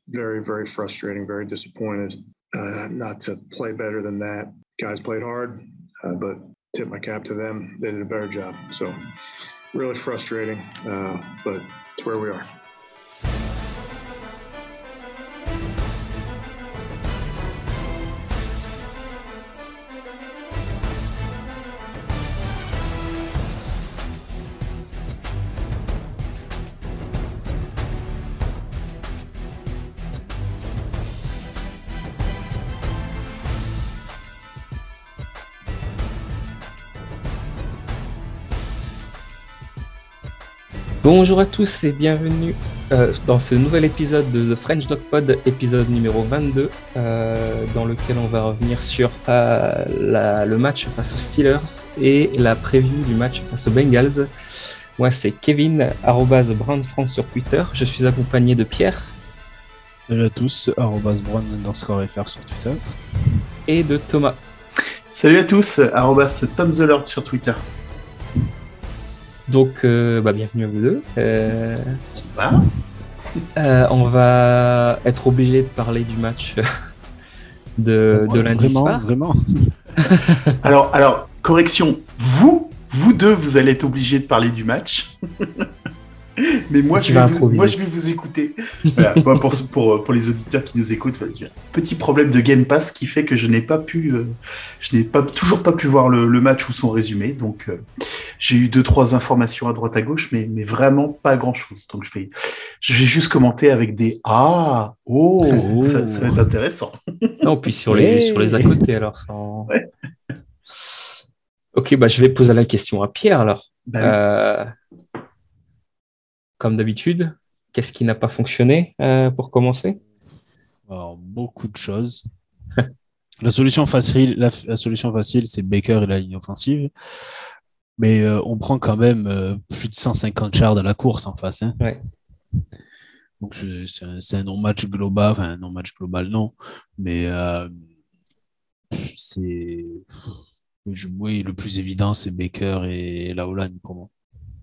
very, very frustrating, very disappointed. Not to play better than that. Guys played hard, but tip my cap to them. They did a better job. So really frustrating, but it's where we are. Bonjour à tous et bienvenue dans ce nouvel épisode de The French Dog Pod, épisode numéro 22, dans lequel on va revenir sur le match face aux Steelers et la preview du match face aux Bengals. Moi c'est Kevin, @BrandFrance sur Twitter. Je suis accompagné de Pierre. Salut à tous, @Brand_FR sur Twitter. Et de Thomas. Salut à tous, @TomTheLord sur Twitter. Donc, bienvenue à vous deux. Ça va. On va être obligé de parler du match de lundi soir. Vraiment. Alors, correction, vous deux, vous allez être obligés de parler du match. Mais moi, je vais vous écouter. Voilà, pour les auditeurs qui nous écoutent, petit problème de Game Pass qui fait que je n'ai toujours pas pu voir le match ou son résumé. Donc, j'ai eu 2-3 informations à droite à gauche, mais vraiment pas grand-chose. Donc, je vais juste commenter avec des ça va être intéressant. Non, puis sur les à côté, alors. Sans... Ouais. Ok, je vais poser la question à Pierre, alors. Oui. Comme d'habitude, qu'est-ce qui n'a pas fonctionné pour commencer ? Alors, beaucoup de choses. La solution facile, c'est Baker et la ligne offensive. Mais on prend quand même plus de 150 yards à la course en face. Hein. Ouais. Donc, c'est un non-match global. Enfin, un non-match global, non. Mais oui, le plus évident, c'est Baker et la O-line pour moi.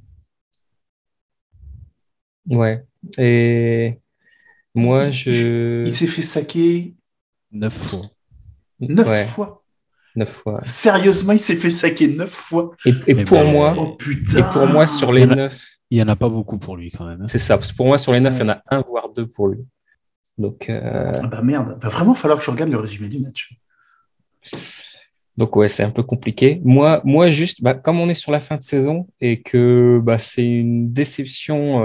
Ouais. Et moi, Il s'est fait saquer 9 fois. 9 fois. 9 fois. Sérieusement, il s'est fait saquer 9 fois. Et pour moi, oh putain. Et pour moi, sur les 9... Il n'y en a pas beaucoup pour lui quand même. Hein. C'est ça. Parce que pour moi, sur les 9, il y en a 1 voire 2 pour lui. Donc, merde. Va vraiment falloir que je regarde le résumé du match. Donc ouais, c'est un peu compliqué. Moi juste, comme on est sur la fin de saison et que c'est une déception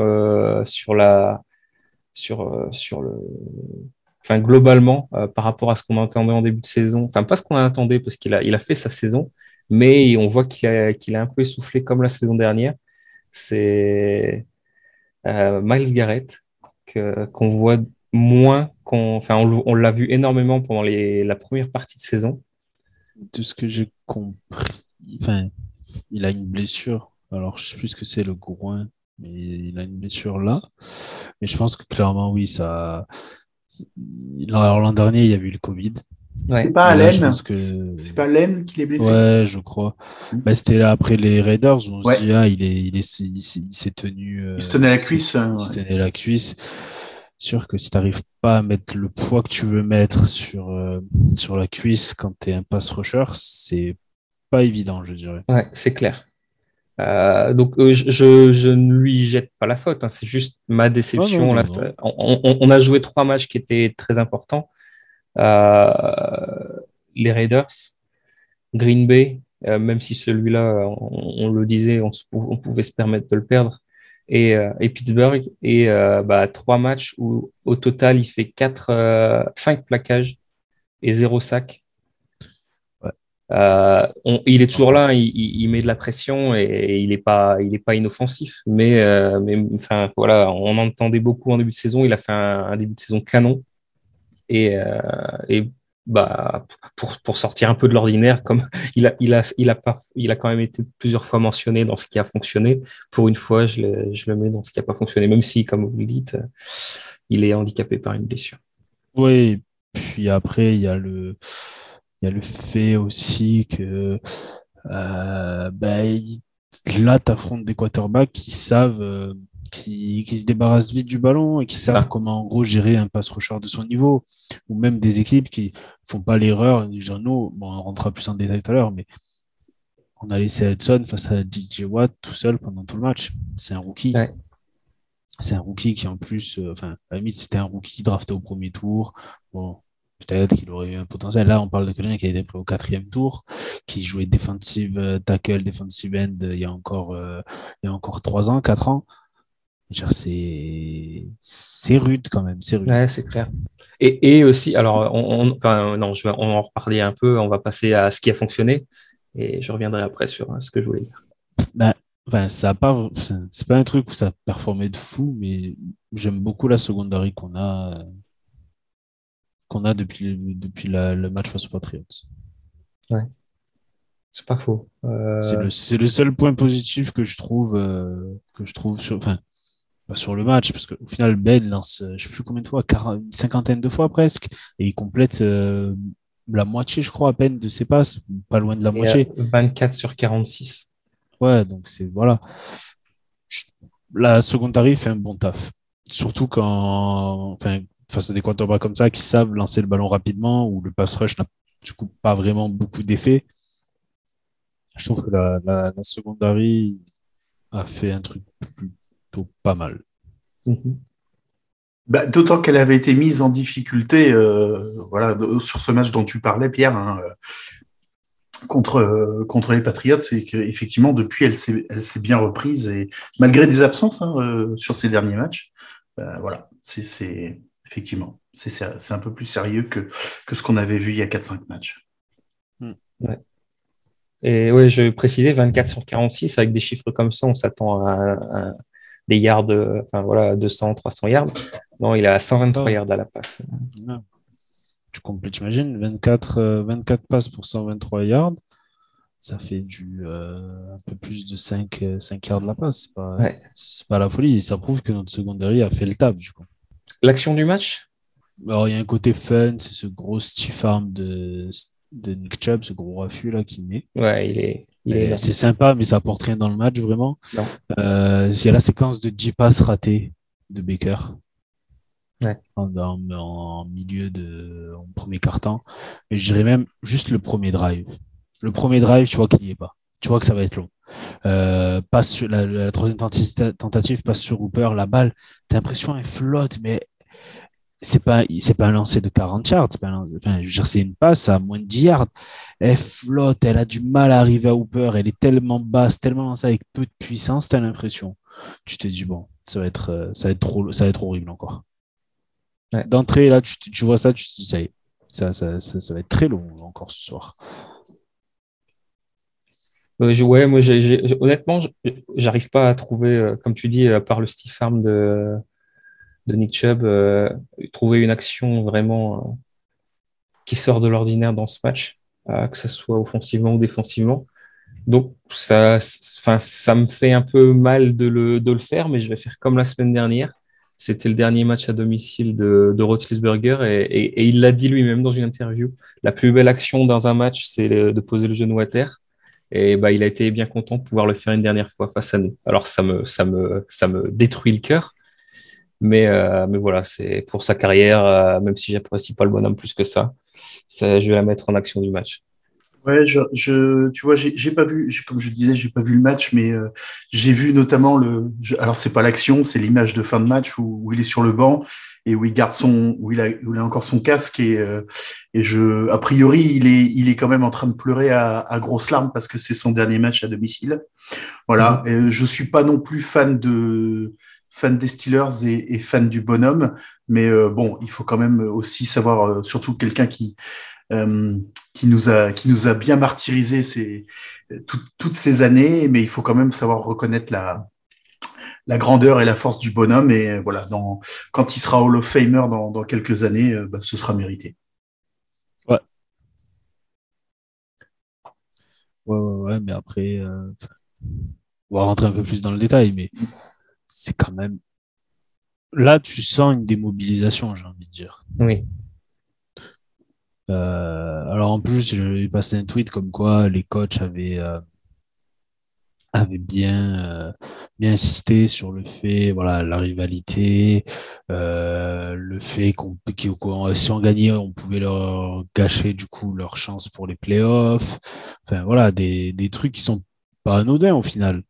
globalement par rapport à ce qu'on attendait en début de saison. Enfin, pas ce qu'on attendait parce qu'il a fait sa saison, mais on voit qu'il a un peu essoufflé comme la saison dernière. C'est Myles Garrett qu'on voit moins, on l'a vu énormément pendant la première partie de saison. De ce que j'ai compris, il a une blessure. Alors, je sais plus ce que c'est le groin, mais il a une blessure là. Mais je pense que clairement, oui, ça. Alors, l'an dernier, il y a eu le Covid. Ouais. C'est pas Allen. Je pense que... C'est pas Allen qui l'est blessé. Ouais, je crois. C'était là après les Raiders où on se dit, il s'est tenu. Il se tenait la cuisse. Il se tenait la cuisse. Sûr que si tu n'arrives pas à mettre le poids que tu veux mettre sur la cuisse quand tu es un pass rusher, c'est pas évident, je dirais. Ouais, c'est clair. Donc, je ne lui jette pas la faute, hein, c'est juste ma déception. Non. On a joué 3 matchs qui étaient très importants. Les Raiders, Green Bay, même si celui-là, on le disait, on pouvait se permettre de le perdre. Et Pittsburgh, et 3 matchs où au total il fait 5 plaquages et 0 sac. Ouais. Il est toujours là, il met de la pression et il est pas inoffensif, mais voilà, on entendait beaucoup en début de saison. Il a fait un début de saison canon et pour sortir un peu de l'ordinaire, comme il a quand même été plusieurs fois mentionné dans ce qui a fonctionné. Pour une fois, je le mets dans ce qui n'a pas fonctionné, même si, comme vous le dites, il est handicapé par une blessure. Oui, puis après, il y a le fait aussi que là, tu affrontes des quarterbacks qui savent qui se débarrassent vite du ballon et qui savent comment en gros gérer un pass rusher de son niveau, ou même des équipes qui font pas l'erreur. Genre nous, bon, on rentrera plus en détail tout à l'heure, mais on a laissé Hudson face à DJ Watt tout seul pendant tout le match. C'est un rookie. Ouais. C'est un rookie qui en plus, à la limite, c'était un rookie drafté au premier tour. Bon, peut-être qu'il aurait eu un potentiel. Là, on parle de quelqu'un qui a été pris au 4e tour, qui jouait defensive tackle, defensive end il y a encore 3 ans, 4 ans. Genre, c'est rude quand même, c'est rude. Ouais, c'est clair. Et aussi, alors, on va en reparler un peu, on va passer à ce qui a fonctionné, et je reviendrai après sur ce que je voulais dire. C'est pas un truc où ça performait de fou, mais j'aime beaucoup la secondary qu'on a depuis le match face aux Patriots. Ouais, c'est pas faux. C'est le seul point positif que je trouve sur le match, parce qu'au final, Ben lance, je sais plus combien de fois, une cinquantaine de fois presque, et il complète la moitié, je crois, à peine de ses passes, pas loin de la moitié. 24 sur 46. Ouais, donc voilà. La secondary fait un bon taf. Surtout face à des quarterbacks comme ça qui savent lancer le ballon rapidement, où le pass rush n'a du coup pas vraiment beaucoup d'effet. Je trouve que la secondary a fait un truc plutôt pas mal. D'autant qu'elle avait été mise en difficulté sur ce match dont tu parlais, Pierre, contre les Patriots, c'est qu'effectivement, depuis, elle s'est bien reprise, et malgré des absences sur ces derniers matchs, effectivement, c'est un peu plus sérieux que ce qu'on avait vu il y a 4-5 matchs. Ouais. Et oui, je précisais 24 sur 46, avec des chiffres comme ça, on s'attend à des yards, 200, 300 yards. Non, il est à 123 yards à la passe. Non. Tu imagines, 24 passes pour 123 yards, ça fait un peu plus de 5 yards de la passe. C'est pas la folie. Et ça prouve que notre secondary a fait le taf, du coup. L'action du match? Alors, il y a un côté fun, c'est ce gros stiff arm de Nick Chubb, ce gros raffut là qu'il met. Ouais, c'est sympa, mais ça apporte rien dans le match, vraiment. Non. Il y a la séquence de 10 passes ratées de Baker. Ouais. En milieu en premier quart-temps. Et je dirais même juste le premier drive. Le premier drive, tu vois qu'il n'y est pas. Tu vois que ça va être long. Passe sur la troisième tentative, passe sur Hooper, la balle, t'as l'impression elle flotte, mais c'est pas un lancer de 40 yards, c'est une passe à moins de 10 yards. Elle flotte, elle a du mal à arriver à Hooper, elle est tellement basse, tellement lancée avec peu de puissance, t'as l'impression. Tu te dis bon, ça va être horrible encore. Ouais. D'entrée, là, tu vois ça, tu te dis ça y est, ça va être très long encore ce soir. Ouais, moi, honnêtement, j'arrive pas à trouver, comme tu dis, à part le stiff arm de Nick Chubb, trouver une action vraiment qui sort de l'ordinaire dans ce match, que ce soit offensivement ou défensivement. Donc, ça me fait un peu mal de le faire, mais je vais faire comme la semaine dernière. C'était le dernier match à domicile de Roethlisberger et il l'a dit lui-même dans une interview. La plus belle action dans un match, c'est de poser le genou à terre. Et il a été bien content de pouvoir le faire une dernière fois face à nous. Alors, ça me détruit le cœur. Mais voilà, c'est pour sa carrière, même si j'apprécie pas le bonhomme plus que ça, je vais la mettre en action du match. Ouais, tu vois, j'ai pas vu, comme je disais, j'ai pas vu le match, mais j'ai vu notamment alors c'est pas l'action, c'est l'image de fin de match où il est sur le banc et où il garde où il a encore son casque et a priori il est quand même en train de pleurer à grosses larmes parce que c'est son dernier match à domicile. Voilà, je suis pas non plus fan des Steelers et fan du bonhomme, mais bon, il faut quand même aussi savoir, surtout quelqu'un qui nous a bien martyrisé toutes ces années, mais il faut quand même savoir reconnaître la grandeur et la force du bonhomme. Et voilà, quand il sera Hall of Famer dans quelques années, ce sera mérité. Ouais, mais après, on va rentrer un peu plus dans le détail, mais c'est quand même. Là, tu sens une démobilisation, j'ai envie de dire. Oui. Alors en plus, j'ai passé un tweet comme quoi les coachs avaient avait bien insisté sur le fait, voilà, la rivalité, le fait si on gagnait, on pouvait leur gâcher du coup leur chance pour les playoffs. Enfin voilà, des trucs qui sont pas anodins au final.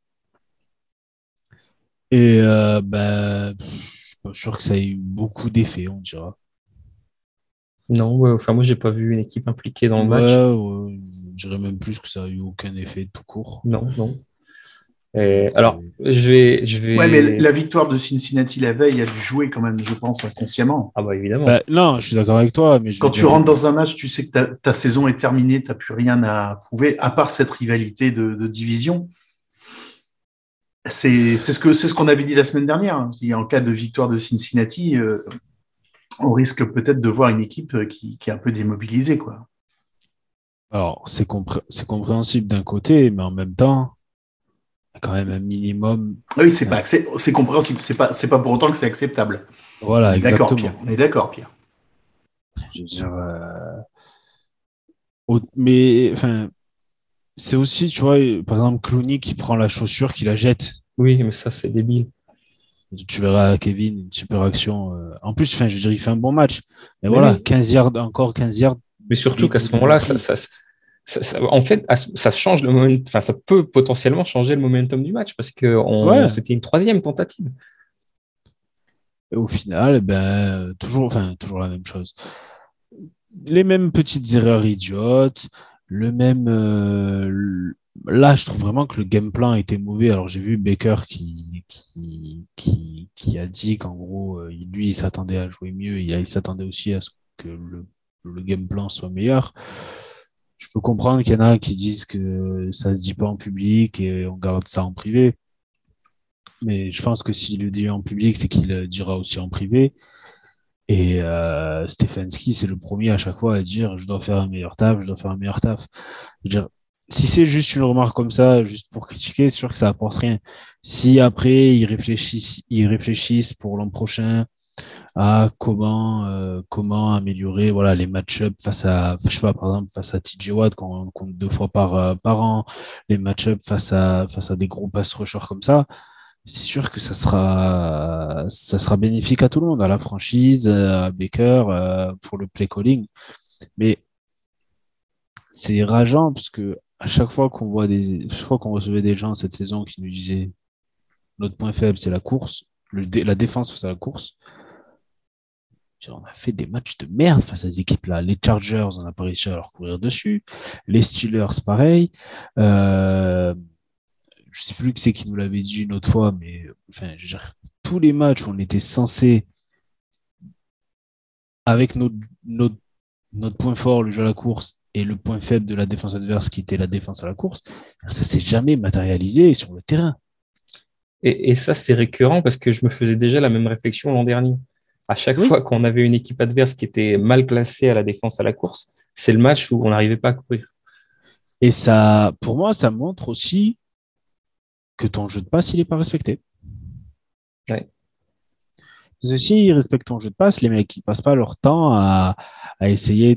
Et je suis pas sûr que ça ait eu beaucoup d'effets, on dira. Non, ouais, enfin, moi, j'ai pas vu une équipe impliquée dans le match. Ouais, je dirais même plus que ça a eu aucun effet tout court. Non, non. Donc, Alors, je Ouais, mais vais. la victoire de Cincinnati la veille a dû jouer quand même, je pense, inconsciemment. Ah bah évidemment. non, je suis d'accord avec toi, mais je Quand veux tu dire, rentres dans un match, tu sais que ta saison est terminée, tu n'as plus rien à prouver, à part cette rivalité de division. C'est ce qu'on avait dit la semaine dernière. En cas de victoire de Cincinnati, on risque peut-être de voir une équipe qui est un peu démobilisée, quoi. alors c'est compréhensible d'un côté, mais en même temps, il y a quand même un minimum. Ah oui, c'est compréhensible. C'est pas pour autant que c'est acceptable. On Voilà, est d'accord, Pierre. exactement. On est d'accord, Pierre. Je veux dire, mais enfin, c'est aussi, tu vois, par exemple, Clooney qui prend la chaussure, qui la jette. Oui, mais ça, c'est débile. Tu verras Kevin, une super action. En plus, enfin, je veux dire, il fait un bon match. Mais Mais voilà, oui. 15 yards, encore 15 yards. Mais surtout qu'à ce Il l'a moment-là, pris. en fait, ça change le moment. Enfin, ça peut potentiellement changer le momentum du match parce que Ouais. c'était une troisième tentative. Et au final, toujours la même chose. Les mêmes petites erreurs idiotes, le même. Là, je trouve vraiment que le game plan était mauvais. Alors, j'ai vu Baker qui a dit qu'en gros, lui, il s'attendait à jouer mieux. Il s'attendait aussi à ce que le game plan soit meilleur. Je peux comprendre qu'il y en a qui disent que ça se dit pas en public et on garde ça en privé. Mais je pense que s'il le dit en public, c'est qu'il le dira aussi en privé. Et Stefanski, c'est le premier à chaque fois à dire je dois faire un meilleur taf, je dois faire un meilleur taf. Je veux dire, si c'est juste une remarque comme ça, juste pour critiquer, c'est sûr que ça apporte rien. Si après ils réfléchissent pour l'an prochain à comment améliorer voilà les match-ups face à je sais pas par exemple face à TJ Watt quand on compte 2 fois par an, les match-ups face à des gros pass rushers comme ça, c'est sûr que ça sera bénéfique à tout le monde, à la franchise, à Baker, pour le play calling. Mais c'est rageant parce que à chaque fois qu'on recevait des gens cette saison qui nous disaient notre point faible c'est la course, la défense face à la course. On a fait des matchs de merde face à ces équipes-là. Les Chargers, on n'a pas réussi à leur courir dessus. Les Steelers, pareil. Je ne sais plus qui c'est qui nous l'avait dit une autre fois, mais enfin, je veux dire, tous les matchs où on était censé, avec notre point fort, le jeu à la course, et le point faible de la défense adverse, qui était la défense à la course, ça s'est jamais matérialisé sur le terrain. Et ça, c'est récurrent parce que je me faisais déjà la même réflexion l'an dernier. À chaque Oui. fois qu'on avait une équipe adverse qui était mal classée à la défense à la course, c'est le match où on n'arrivait pas à courir. Et ça, pour moi, ça montre aussi que ton jeu de passe, il n'est pas respecté. Ouais. Parce que s'ils respectent ton jeu de passe, les mecs, ils passent pas leur temps à essayer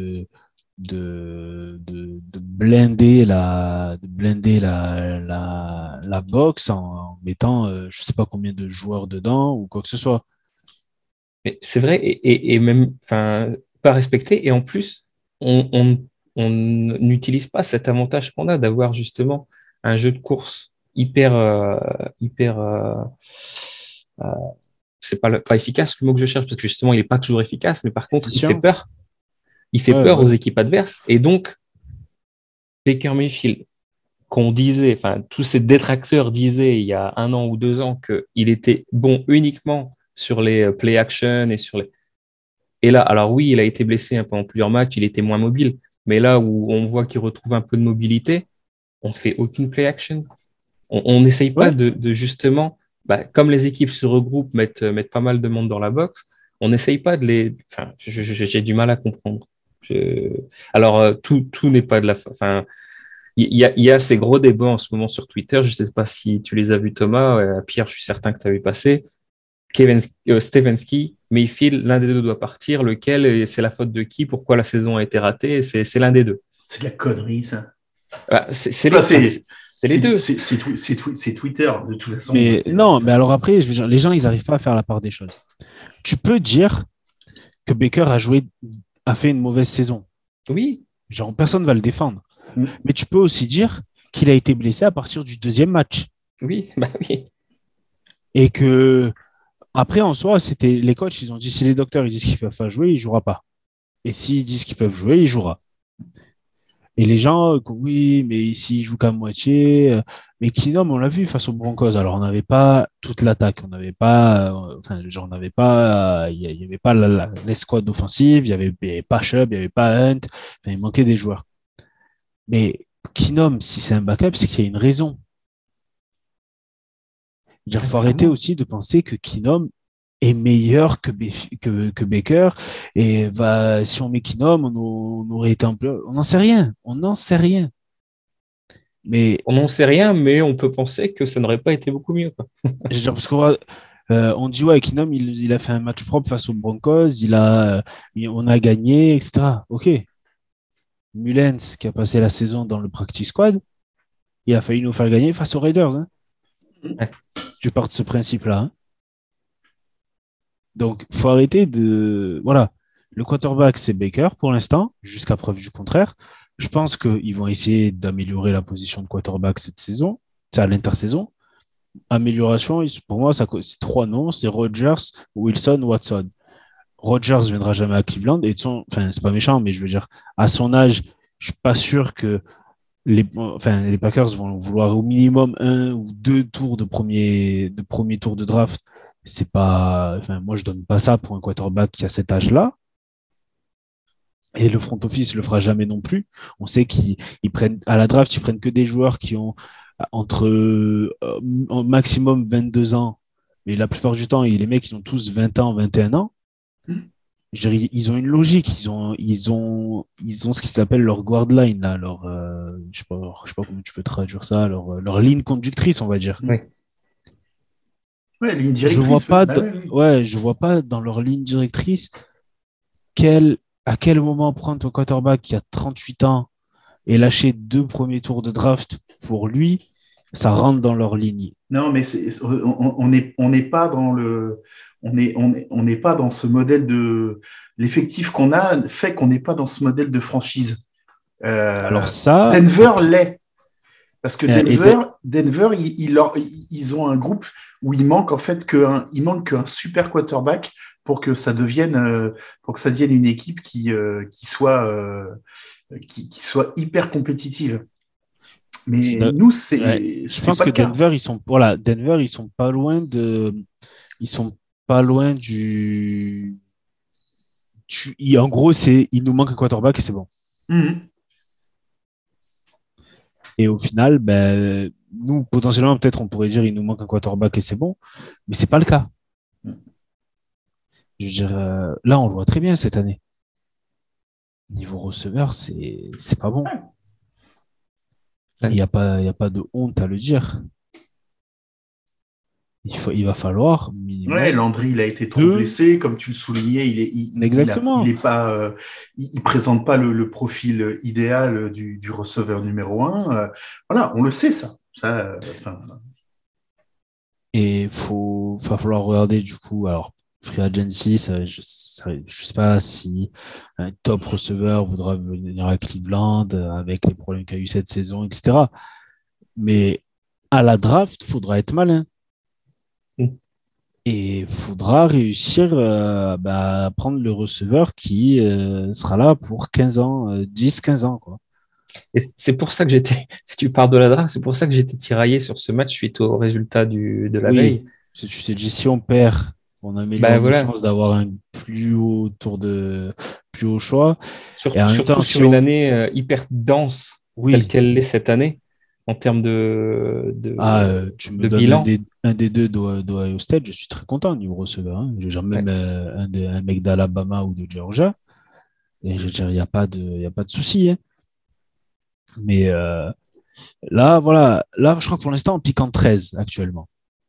de blinder la box en mettant je sais pas combien de joueurs dedans ou quoi que ce soit. Mais c'est vrai, et même, enfin, pas respecté. Et en plus, on n'utilise pas cet avantage qu'on a d'avoir justement un jeu de course hyper, euh, c'est pas efficace le mot que je cherche parce que justement, il n'est pas toujours efficace, mais par contre, il fait Efficient. peur. Il fait Ouais, peur aux voilà. équipes adverses. Et donc, Baker Mayfield, qu'on disait, enfin, tous ces détracteurs disaient il y a 1 an ou 2 ans qu'il était bon uniquement sur les play action et sur les. Et là, alors oui, il a été blessé pendant plusieurs matchs, il était moins mobile, mais là où on voit qu'il retrouve un peu de mobilité, on fait aucune play action. On n'essaye pas Ouais. de justement, comme les équipes se regroupent, mettent pas mal de monde dans la boxe, on n'essaye pas de les. Enfin, j'ai du mal à comprendre. Alors, tout n'est pas de la. Enfin, il y a ces gros débats en ce moment sur Twitter. Je ne sais pas si tu les as vus, Thomas. Pierre, je suis certain que tu as vu passer. Stefanski, Mayfield, l'un des deux doit partir. Lequel, c'est la faute de qui? Pourquoi la saison a été ratée? C'est l'un des deux. C'est de la connerie, ça. C'est Enfin, C'est les deux. C'est Twitter, de toute façon. Mais non, mais alors après, les gens, ils n'arrivent pas à faire la part des choses. Tu peux dire que Baker a fait une mauvaise saison. Oui. Genre, personne ne va le défendre. Mais tu peux aussi dire qu'il a été blessé à partir du deuxième match. Oui, bah oui. Et que, après, en soi, c'était les coachs, ils ont dit si les docteurs ils disent qu'ils ne peuvent pas jouer, il ne jouera pas. Et s'ils disent qu'ils peuvent jouer, il jouera. Et les gens, oui, mais s'il joue qu'à moitié. Mais Keenum, on l'a vu face aux Broncos. Alors, on n'avait pas toute l'attaque. On n'avait pas. Enfin, genre, on n'avait pas. Il n'y avait pas l'escouade offensive. Il n'y avait pas Chubb, il n'y avait pas Hunt. Enfin, il manquait des joueurs. Mais Keenum, si c'est un backup, c'est qu'il y a une raison. Il faut arrêter aussi de penser que Keenum est meilleur que Baker. Et si on met Keenum, on aurait été un peu. On n'en sait rien. On n'en sait rien. Mais on n'en sait rien, mais on peut penser que ça n'aurait pas été beaucoup mieux. Quoi. Parce qu'on dit ouais, Keenum, il a fait un match propre face aux Broncos, on a gagné, etc. Ok. Mullens, qui a passé la saison dans le practice squad, il a failli nous faire gagner face aux Raiders. Hein. Ouais. Je pars de ce principe-là. Hein. Donc, il faut arrêter de... Voilà. Le quarterback, c'est Baker pour l'instant, jusqu'à preuve du contraire. Je pense qu'ils vont essayer d'améliorer la position de quarterback cette saison, c'est à l'intersaison. Amélioration, pour moi, c'est 3 noms, c'est Rodgers, Wilson, Watson. Rodgers ne viendra jamais à Cleveland, et c'est pas méchant, mais je veux dire, à son âge, je suis pas sûr que les Packers vont vouloir au minimum 1 ou 2 tours de premier tour de draft. C'est pas, moi, je donne pas ça pour un quarterback qui a cet âge-là. Et le front office le fera jamais non plus. On sait qu'ils prennent à la draft, ils prennent que des joueurs qui ont entre au maximum 22 ans. Mais la plupart du temps, les mecs, ils ont tous 20 ans, 21 ans. Je dirais, ils ont une logique. Ils ont ce qui s'appelle leur guard line, là, je sais pas comment tu peux traduire ça, leur ligne conductrice, on va dire. Oui. Ouais, ligne directrice. Je vois pas dans leur ligne directrice à quel moment prendre ton quarterback qui a 38 ans et lâcher 2 premiers tours de draft pour lui, ça rentre dans leur ligne. Non, mais on n'est pas dans on n'est pas dans ce modèle de l'effectif qu'on a fait qu'on n'est pas dans ce modèle de franchise. Alors ça, Denver l'est. Parce que Denver, ils ont un groupe où il manque en fait qu'un super quarterback pour que ça devienne une équipe qui soit hyper compétitive. Mais nous, je pense que Denver, ils sont pas loin du. En gros, il nous manque un quarterback et c'est bon. Mm-hmm. Et au final, nous, potentiellement, peut-être on pourrait dire il nous manque un quarterback et c'est bon, mais c'est pas le cas. Je veux dire, là, on le voit très bien cette année. Niveau receveur, c'est pas bon. Il n'y a pas de honte à le dire. Il va falloir. Ouais, Landry, il a été trop blessé, comme tu le soulignais. Exactement. Il présente pas le profil idéal du receveur numéro 1. Voilà, on le sait ça. Et va falloir regarder du coup. Alors, Free Agency, je sais pas si un top receveur voudra venir à Cleveland avec les problèmes qu'il y a eu cette saison, etc. Mais à la draft, il faudra être malin. Et il faudra réussir à prendre le receveur qui sera là pour 15 ans, 10-15 ans. Quoi. Et c'est pour ça que si tu parles de la draft, c'est pour ça que j'étais tiraillé sur ce match suite au résultat de la veille. Tu sais, si on perd, on a les chances d'avoir un plus haut choix. Surtout sur une année hyper dense, telle qu'elle l'est cette année. En termes tu me donnes bilan. Un des deux d'Ohio State, je suis très content niveau receveur. Hein. Je veux dire, même un mec d'Alabama ou de Georgia. Et je veux dire, il n'y a pas de souci. Hein. Mais là, voilà. Là, je crois que pour l'instant, on pique en 13 actuellement.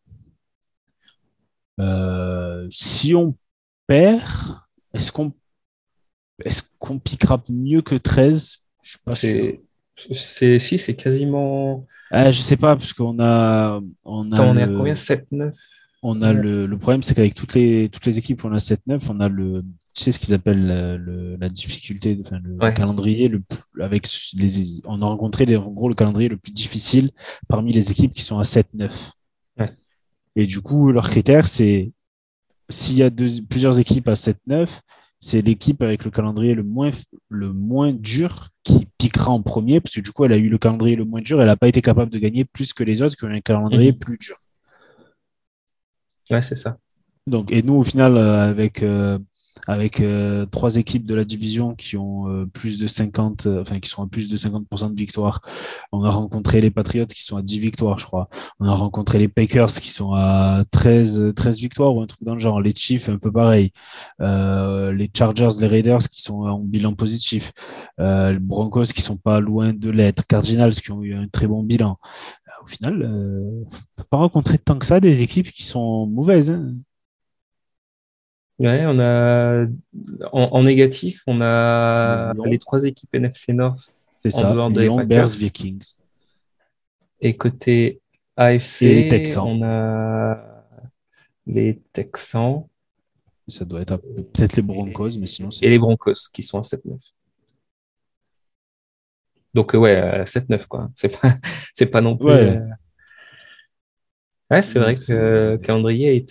Si on perd, est-ce qu'on piquera mieux que 13 ? Je suis pas sûr. C'est quasiment. Je sais pas, parce qu'on a, Attends, on est à combien? 7-9? On a le problème, c'est qu'avec toutes les équipes, on a 7-9, on a tu sais ce qu'ils appellent la difficulté, enfin, le calendrier, on a rencontré en gros le calendrier le plus difficile parmi les équipes qui sont à 7-9. Ouais. Et du coup, leur critère, c'est s'il y a plusieurs équipes à 7-9, c'est l'équipe avec le calendrier le moins dur qui piquera en premier, parce que du coup, elle a eu le calendrier le moins dur, elle n'a pas été capable de gagner plus que les autres qui ont un calendrier plus dur. Ouais, c'est ça. Donc, et nous, au final, avec 3 équipes de la division qui ont plus de 50, qui sont à plus de 50% de victoires, on a rencontré les Patriots qui sont à 10 victoires, je crois. On a rencontré les Packers qui sont à 13 victoires ou un truc dans le genre. Les Chiefs, un peu pareil. Les Chargers, les Raiders qui sont en bilan positif. Les Broncos qui sont pas loin de l'être. Cardinals qui ont eu un très bon bilan. Au final, on n'a pas rencontré tant que ça des équipes qui sont mauvaises. Hein. Ouais, on a en négatif, on a Lyon. les 3 équipes NFC North C'est en ça, dehors des Lyon, Packers. Bears, Vikings. Et côté AFC, Et les Texans. on a les Texans. Ça doit être peut-être les Broncos, mais sinon c'est. Et les Broncos qui sont à 7-9. Donc, 7-9, quoi. C'est pas non plus. Ouais. C'est vrai que le calendrier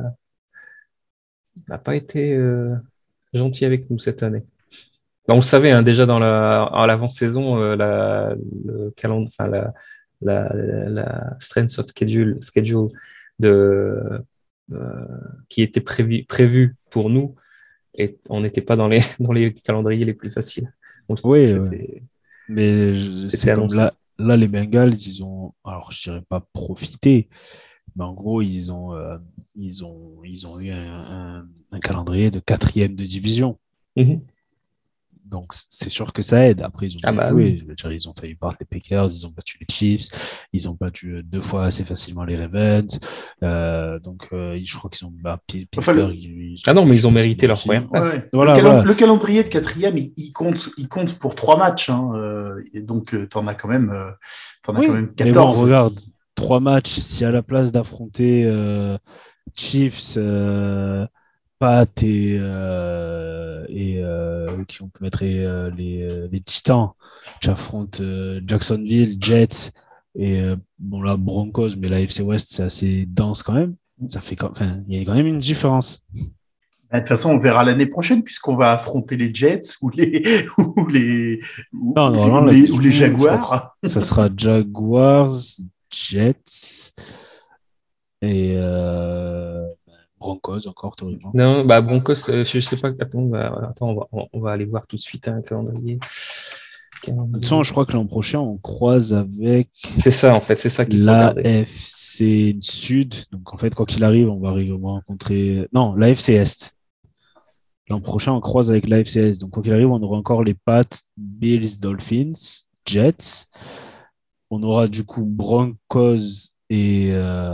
n'a pas été gentil avec nous cette année. On le savait hein, déjà à l'avant-saison, le calendrier, enfin la strength of schedule qui était prévu pour nous, et on n'était pas dans les calendriers les plus faciles. Donc, oui, mais c'est comme annoncé. Là, les Bengals, ils ont, alors je dirais pas profité, mais en gros, ils ont eu un calendrier de 4e de division. Mm-hmm. Donc, c'est sûr que ça aide. Après, ils ont bien joué. Oui. Je veux dire, ils ont failli battre les Packers, ils ont battu les Chiefs, ils ont battu 2 fois assez facilement les Ravens. Je crois qu'ils ont battu non, mais ils ont mérité leur première place. Ouais. Le calendrier de 4e, il compte pour 3 matchs. Hein, et donc, t'en as quand même 14. Mais bon, regarde, 3 matchs, si à la place d'affronter Chiefs, Pat et qui on peut mettre les Titans, tu affrontes Jacksonville, Jets et la Broncos, mais la FC West c'est assez dense quand même. Ça fait il y a quand même une différence. De toute façon, on verra l'année prochaine puisqu'on va affronter les Jets ou les Jaguars. Ça sera Jaguars, Jets et Broncos encore théoriquement. Non, Broncos, je sais pas. Attends, on va aller voir tout de suite un calendrier. De toute façon, je crois que l'an prochain, on croise avec. C'est ça, en fait, c'est ça qu'il faut regarder. l'AFC Sud. Donc, en fait, quoi qu'il arrive, on va rencontrer. Non, l'AFC Est. L'an prochain, on croise avec l'AFC Est. Donc, quoi qu'il arrive, on aura encore les Pats, Bills, Dolphins, Jets. On aura du coup Broncos et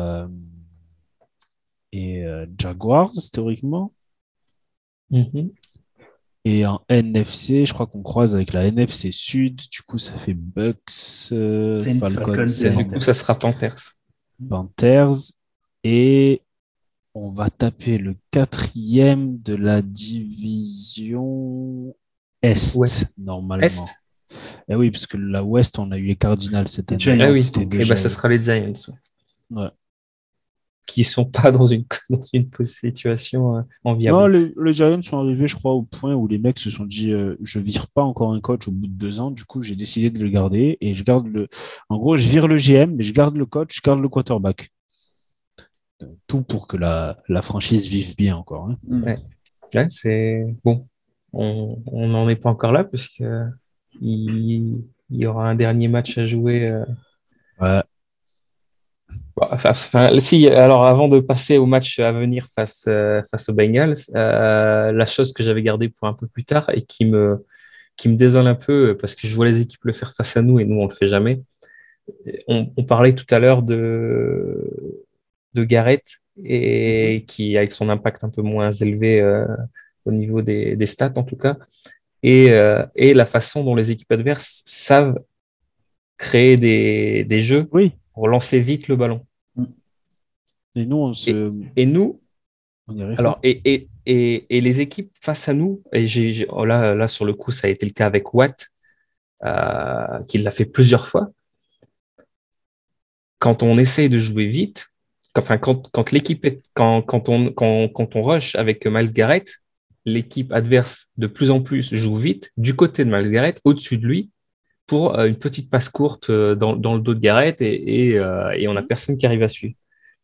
Jaguars, théoriquement. Mm-hmm. Et en NFC, je crois qu'on croise avec la NFC Sud. Du coup, ça fait Bucks, Falcons, Saints. Du coup, ça sera Panthers. Et on va taper le 4e de la division Est, normalement. Est. Et oui, parce que la Ouest, on a eu les Cardinals cette année. Ah oui, ça sera les Giants. Ouais. Qui ne sont pas dans une situation enviable. Non, les Giants sont arrivés, je crois, au point où les mecs se sont dit je vire pas encore un coach au bout de 2 ans. Du coup, j'ai décidé de le garder et je garde en gros, je vire le GM, mais je garde le coach, je garde le quarterback. Tout pour que la franchise vive bien encore. Hein. Ouais, c'est bon. On n'en est pas encore là parce que il y aura un dernier match à jouer. Ouais. Alors avant de passer au match à venir face aux Bengals, la chose que j'avais gardée pour un peu plus tard et qui me désole un peu parce que je vois les équipes le faire face à nous et nous on le fait jamais. On parlait tout à l'heure de Garrett et qui avec son impact un peu moins élevé au niveau des stats en tout cas et la façon dont les équipes adverses savent créer des jeux Oui. pour lancer vite le ballon. Et nous, et nous, on n'y arrive alors, pas. et les équipes face à nous, et là, sur le coup, ça a été le cas avec Watt, qui l'a fait plusieurs fois. Quand on essaye de jouer vite, quand l'équipe quand on rush avec Myles Garrett, l'équipe adverse de plus en plus joue vite du côté de Myles Garrett, au-dessus de lui, pour une petite passe courte dans le dos de Garrett et on n'a personne qui arrive à suivre.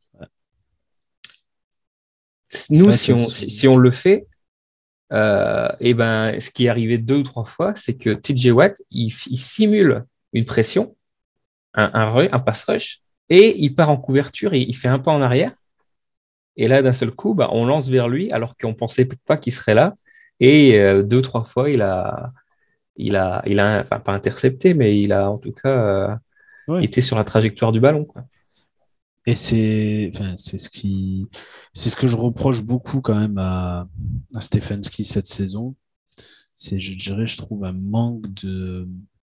Nous, si on le fait, et ben, ce qui est arrivé 2 ou 3 fois, c'est que TJ Watt, il simule une pression, un pass rush, et il part en couverture, et il fait un pas en arrière. Et là, d'un seul coup, on lance vers lui, alors qu'on ne pensait pas qu'il serait là. Et 2 ou 3 fois, il a enfin, pas intercepté, mais il a en tout cas été sur la trajectoire du ballon, quoi. Et c'est ce que je reproche beaucoup quand même à Stefanski cette saison. Je trouve un manque de,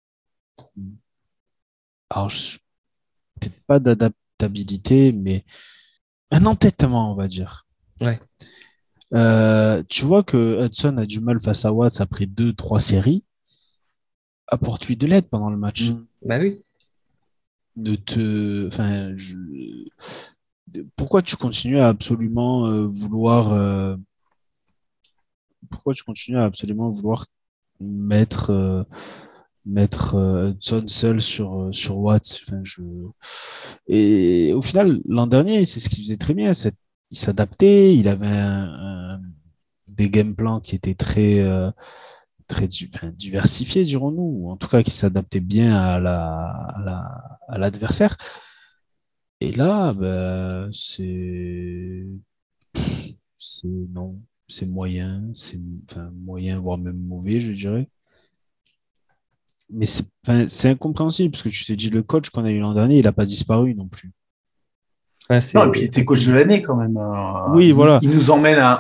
alors peut-être pas d'adaptabilité, mais un entêtement, on va dire. Ouais. Tu vois que Hudson a du mal face à Watts après 2-3 séries. Apporte-lui de l'aide pendant le match. Bah oui. Pourquoi tu continues à absolument vouloir mettre Hudson seul sur Watts. Et au final, l'an dernier, c'est ce qu'il faisait très bien. Il s'adaptait, il avait des game plans qui étaient très diversifiés, dirons-nous, ou en tout cas qui s'adaptaient bien à l'adversaire. Et là, non, c'est moyen, moyen, voire même mauvais, je dirais. Mais c'est incompréhensible parce que tu t'es dit, le coach qu'on a eu l'an dernier, il n'a pas disparu non plus. Ouais, non, et puis il était coach de l'année quand même. Oui, voilà. Il nous emmène à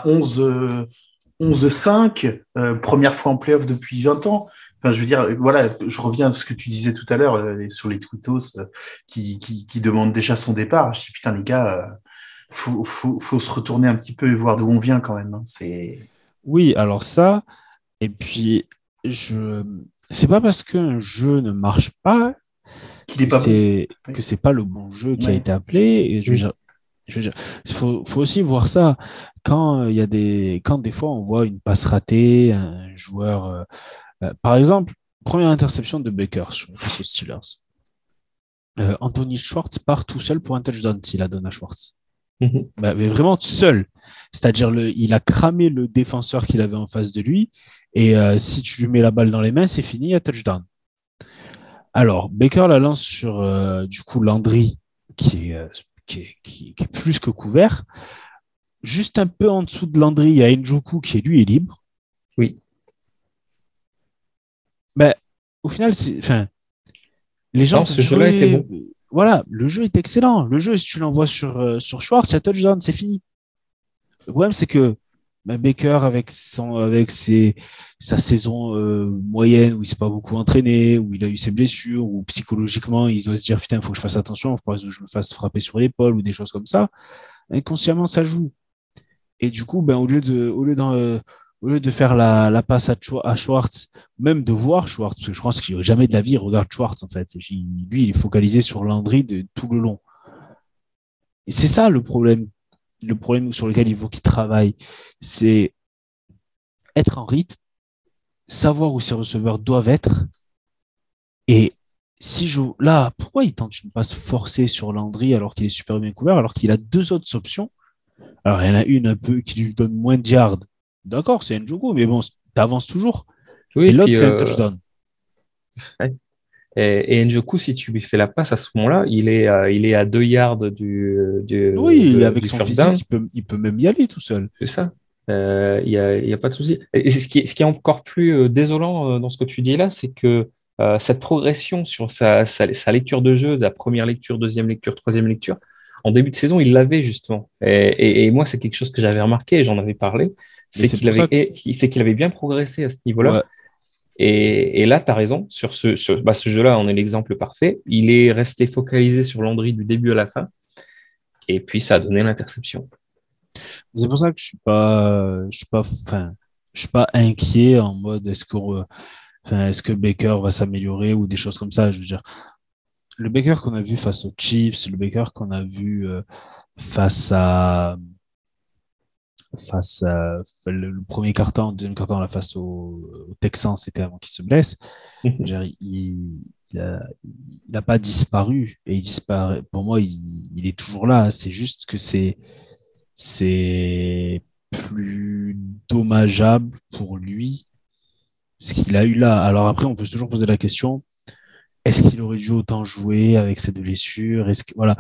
11-5, première fois en playoff depuis 20 ans. Enfin, je veux dire, voilà, je reviens à ce que tu disais tout à l'heure sur les tweetos qui demandent déjà son départ. Je dis, putain, les gars, faut se retourner un petit peu et voir d'où on vient quand même. Hein. Oui, alors ça, et puis, c'est pas parce qu'un jeu ne marche pas que c'est pas le bon jeu qui a été appelé. Et je veux dire, il faut aussi voir ça. Quand des fois on voit une passe ratée, un joueur, par exemple, première interception de Baker face aux Steelers. Anthony Schwartz part tout seul pour un touchdown s'il la donne à Schwartz. Mais vraiment seul. C'est-à-dire, il a cramé le défenseur qu'il avait en face de lui. Et si tu lui mets la balle dans les mains, c'est fini, il y a touchdown. Alors, Baker la lance sur, du coup, Landry, qui est plus que couvert. Juste un peu en dessous de Landry, il y a Njoku qui, lui, est libre. Oui. Mais au final, les gens... ce jeu-là était bon. Voilà, le jeu est excellent. Le jeu, si tu l'envoies sur Schwartz, il y a touchdown, c'est fini. Le problème, c'est que Baker, avec sa saison moyenne, où il ne s'est pas beaucoup entraîné, où il a eu ses blessures, où psychologiquement, il doit se dire, putain, il faut que je fasse attention, il faut pas que je me fasse frapper sur l'épaule ou des choses comme ça. Inconsciemment, ça joue. Et du coup, au lieu de faire la passe à Schwartz, même de voir Schwartz, parce que je pense qu'il jamais de la vie il regarde Schwartz, en fait. Lui, il est focalisé sur Landry de tout le long. Et c'est ça le problème sur lequel il faut qu'il travaille, c'est être en rythme, savoir où ses receveurs doivent être. Et là, pourquoi il tente une passe forcée sur Landry alors qu'il est super bien couvert, alors qu'il a 2 autres options? Alors, il y en a une un peu qui lui donne moins de yards. D'accord, c'est Njoku, mais bon, t'avances toujours. Oui, et l'autre, c'est un touchdown. Ouais. Et Njoku, si tu lui fais la passe à ce moment-là, il est à 2 yards avec son first physique, il peut même y aller tout seul. C'est ça. Il y a pas de souci. Et ce qui est encore plus désolant dans ce que tu dis là, c'est que cette progression sur sa lecture de jeu, de la première lecture, deuxième lecture, troisième lecture, en début de saison, il l'avait justement. Et moi, c'est quelque chose que j'avais remarqué et j'en avais parlé, c'est qu'il avait bien progressé à ce niveau-là. Ouais. Et là, tu as raison, sur ce jeu-là, on est l'exemple parfait. Il est resté focalisé sur Landry du début à la fin, et puis ça a donné l'interception. C'est pour ça que je suis pas inquiet en mode est-ce que Baker va s'améliorer ou des choses comme ça. Je veux dire, le Baker qu'on a vu face aux Chiefs, le Baker qu'on a vu face à le premier carton, le deuxième carton, là, face aux Texans, c'était avant qu'il se blesse. Je veux dire, il n'a pas disparu et il disparaît. Pour moi, il est toujours là. C'est juste que c'est plus dommageable pour lui ce qu'il a eu là. Alors après, on peut toujours poser la question, est-ce qu'il aurait dû autant jouer avec cette blessure? Voilà.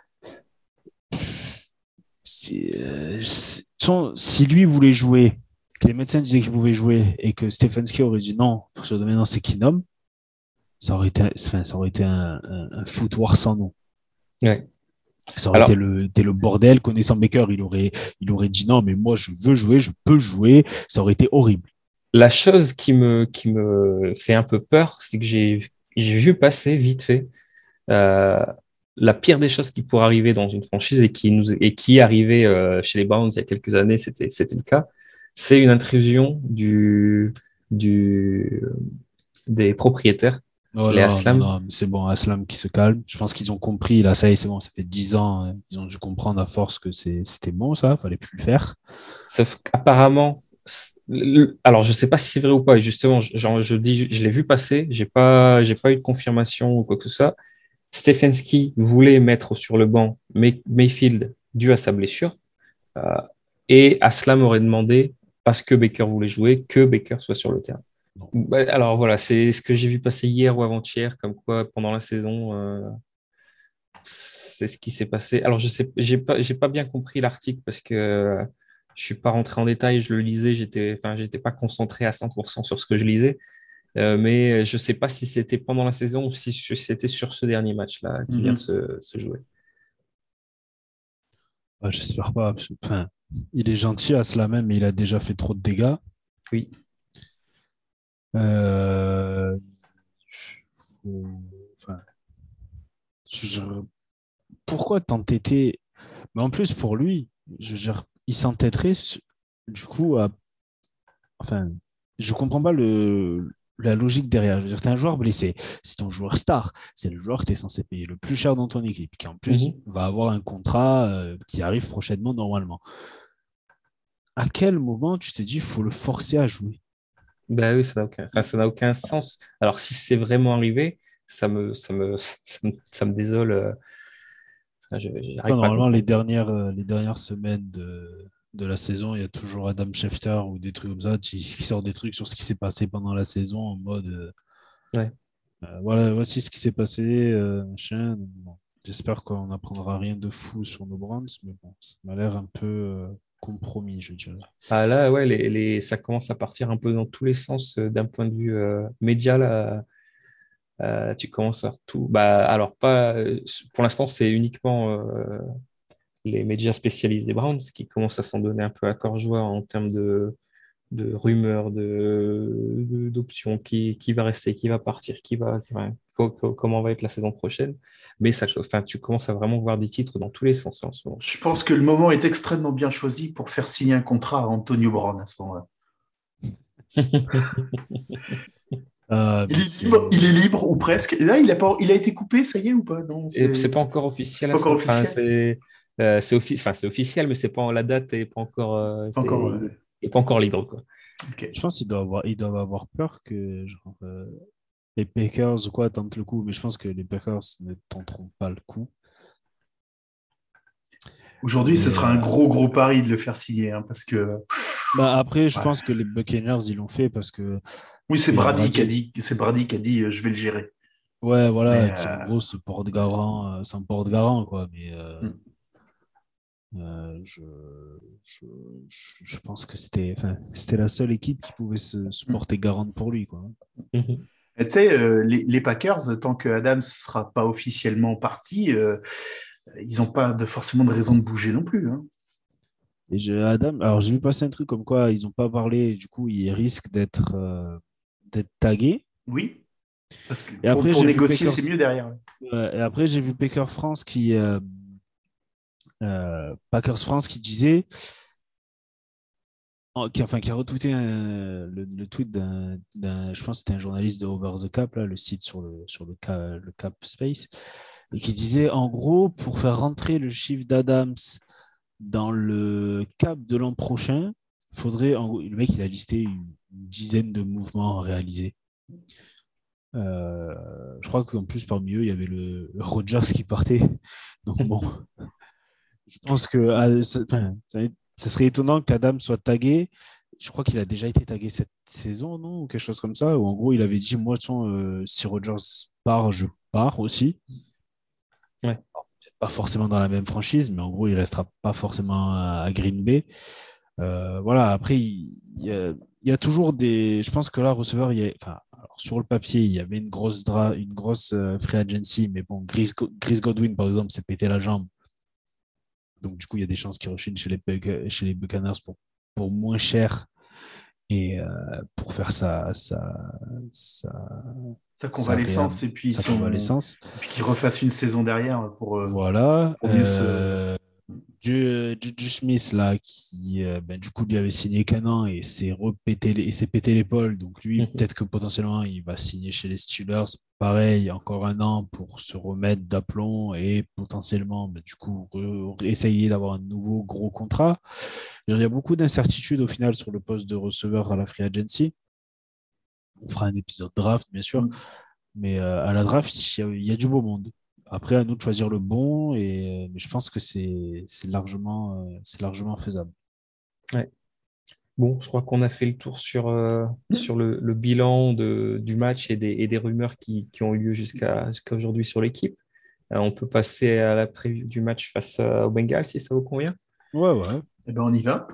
Si lui voulait jouer, que les médecins disaient qu'il pouvait jouer et que Stefanski aurait dit non, à partir de maintenant c'est qui nomme, ça aurait été un foutoir sans nom. Ouais. Ça aurait été le bordel. Connaissant Baker, il aurait dit non, mais moi je veux jouer, je peux jouer. Ça aurait été horrible. La chose qui me fait un peu peur, c'est que j'ai vu passer vite fait la pire des choses qui pourrait arriver dans une franchise et qui est arrivée chez les Browns il y a quelques années, c'était le cas. C'est une intrusion des propriétaires. Oh les non, Aslam. non, c'est bon, Aslam qui se calme. Je pense qu'ils ont compris, là, ça y est, c'est bon, ça fait 10 ans, hein, ils ont dû comprendre à force que c'était bon, ça, fallait plus le faire. Sauf qu'apparemment, alors je sais pas si c'est vrai ou pas, et justement, je l'ai vu passer, j'ai pas eu de confirmation ou quoi que ce soit. Stefanski voulait mettre sur le banc Mayfield dû à sa blessure, et Aslam aurait demandé, parce que Baker voulait jouer, que Baker soit sur le terrain. Alors voilà, c'est ce que j'ai vu passer hier ou avant-hier, comme quoi pendant la saison, c'est ce qui s'est passé. Alors je sais, j'ai pas bien compris l'article parce que je suis pas rentré en détail, je le lisais, j'étais pas concentré à 100% sur ce que je lisais, mais je sais pas si c'était pendant la saison ou si c'était sur ce dernier match-là qui vient de se jouer. J'espère pas. Enfin, il est gentil à cela même, mais il a déjà fait trop de dégâts. Oui. Pourquoi t'entêter? Mais en plus, pour lui, je veux dire, il s'entêterait du coup à. Enfin, je comprends pas la logique derrière. Je veux dire, tu es un joueur blessé. C'est ton joueur star. C'est le joueur que tu es censé payer le plus cher dans ton équipe, qui en plus va avoir un contrat qui arrive prochainement normalement. À quel moment tu te dis qu'il faut le forcer à jouer? Ben oui, ça n'a aucun sens. Alors, si c'est vraiment arrivé, ça me désole. Normalement, les dernières semaines de la saison, il y a toujours Adam Schefter ou des trucs comme ça qui sort des trucs sur ce qui s'est passé pendant la saison en mode voilà, voici ce qui s'est passé. Bon, j'espère qu'on n'apprendra rien de fou sur nos Browns, mais bon, ça m'a l'air un peu compromis, je dirais. Ah là, ouais, ça commence à partir un peu dans tous les sens d'un point de vue média. Là, tu commences à tout. Bah, alors, pas, pour l'instant, c'est uniquement les médias spécialistes des Browns qui commencent à s'en donner un peu à cœur joie en termes de rumeurs, d'options, qui va rester, qui va partir, comment va être la saison prochaine. Mais tu commences à vraiment voir des titres dans tous les sens en ce moment. Je pense que le moment est extrêmement bien choisi pour faire signer un contrat à Antonio Brown à ce moment-là. Il est libre ou presque. Et là, il a été coupé, ça y est ou pas? Non, c'est pas encore officiel. C'est officiel, mais c'est pas la date n'est pas encore. Il n'est pas encore libre, quoi. Okay. Je pense qu'ils doivent avoir peur que les Packers ou quoi tentent le coup, mais je pense que les Packers ne tenteront pas le coup. Aujourd'hui, ce sera un gros pari de le faire signer, hein, parce que. Après, je pense que les Buccaneers ils l'ont fait parce que. Oui, c'est Brady qui a dit. C'est Brady qui a dit, je vais le gérer. Ouais, voilà. En gros, c'est un porte-garant, quoi. Mais. Je pense que c'était la seule équipe qui pouvait se porter garante pour lui, quoi. Tu sais, les Packers, tant que Adams ne sera pas officiellement parti, ils n'ont pas forcément de raison de bouger non plus. Hein. Et alors j'ai vu passer un truc comme quoi ils n'ont pas parlé, et du coup, ils risquent d'être d'être tagué. Oui, parce que Et après, pour négocier, Packers... c'est mieux derrière. Et après, j'ai vu Packers France Packers France qui disait, qui a retweeté le tweet je pense que c'était un journaliste de Over the Cap, là, le site le Cap Space, et qui disait, en gros, pour faire rentrer le chiffre d'Adams dans le cap de l'an prochain, le mec, il a listé une dizaine de mouvements réalisés. Je crois qu'en plus, parmi eux, il y avait le Rodgers qui partait. Donc bon, je pense que ça serait étonnant qu'Adam soit tagué. Je crois qu'il a déjà été tagué cette saison, non? Ou quelque chose comme ça. Ou en gros, il avait dit, moi, si Rodgers part, je pars aussi. Ouais. Alors, peut-être pas forcément dans la même franchise, mais en gros, il restera pas forcément à Green Bay. Voilà, après, il y a toujours des... Je pense que là, receveur, alors, sur le papier, il y avait une grosse free agency, mais bon, Chris Godwin, par exemple, s'est pété la jambe. Donc, du coup, il y a des chances qu'il re-signe chez les Buccaneers pour moins cher et pour faire sa convalescence et puis qu'il refasse une saison derrière pour mieux se... Juju Smith, là, qui du coup lui avait signé qu'un an et s'est pété l'épaule. Donc lui, peut-être que potentiellement, il va signer chez les Steelers. Pareil, encore un an pour se remettre d'aplomb et potentiellement, du coup, essayer d'avoir un nouveau gros contrat. Il y a beaucoup d'incertitudes au final sur le poste de receveur à la free agency. On fera un épisode draft, bien sûr. Mais à la draft, il y a du beau monde. Après, à nous de choisir le bon, mais je pense que c'est largement faisable. Ouais. Bon, je crois qu'on a fait le tour sur le bilan du match et des rumeurs qui ont eu lieu jusqu'à aujourd'hui sur l'équipe. On peut passer à la preview du match face au Bengals, si ça vous convient. Ouais. Eh ben, on y va.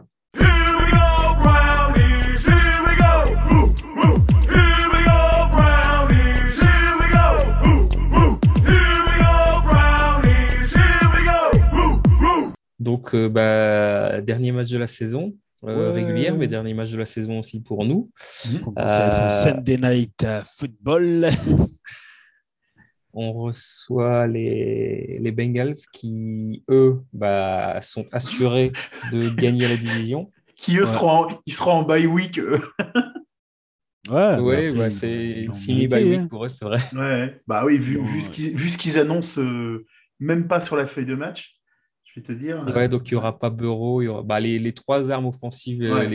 Donc, dernier match de la saison régulière, mais dernier match de la saison aussi pour nous. On commence à être un Sunday Night Football. On reçoit les Bengals qui, eux, sont assurés de gagner la division. Qui, eux, seront en bye week. Ouais, c'est semi-bye week pour eux, c'est vrai. Ouais, bah oui, vu ce qu'ils annoncent, même pas sur la feuille de match, je vais te dire. Ouais, donc il n'y aura pas Burrow, il y aura les trois armes offensives les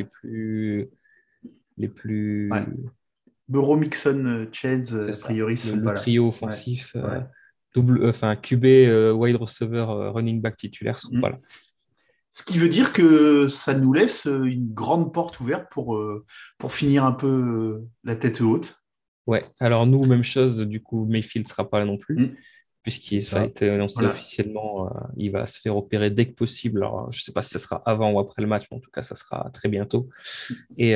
plus... Ouais. Burrow, Mixon, Chase, a priori, le trio offensif, QB, wide receiver, running back titulaire sont pas là. Ce qui veut dire que ça nous laisse une grande porte ouverte pour finir un peu la tête haute. Ouais, alors nous, même chose, du coup, Mayfield ne sera pas là non plus, puisqu'il ça a été annoncé officiellement, il va se faire opérer dès que possible. Alors, je ne sais pas si ça sera avant ou après le match, mais en tout cas, ça sera très bientôt. Et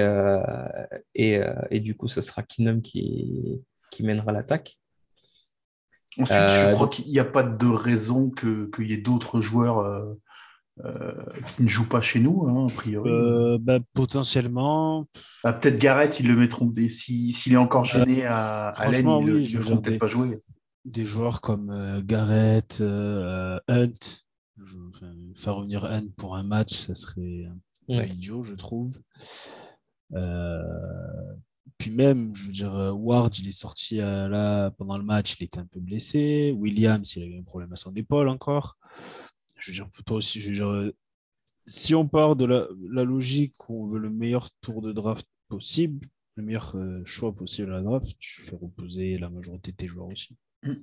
du coup, ça sera Keenum qui mènera l'attaque. Ensuite, je crois qu'il n'y a pas de raison qu'il y ait d'autres joueurs qui ne jouent pas chez nous, hein, a priori. Potentiellement. Peut-être Garrett, ils le mettront. S'il est encore gêné à l'aine, ils ne feront peut-être pas jouer. Des joueurs comme Garrett, Hunt. Faire revenir Hunt pour un match, ça serait un peu idiot, je trouve. Puis même, je veux dire, Ward, il est sorti là pendant le match, il était un peu blessé. Williams, il a eu un problème à son épaule encore. Je veux dire, toi aussi, si on part de la logique où on veut le meilleur tour de draft possible, le meilleur choix possible à la draft, tu fais reposer la majorité de tes joueurs aussi.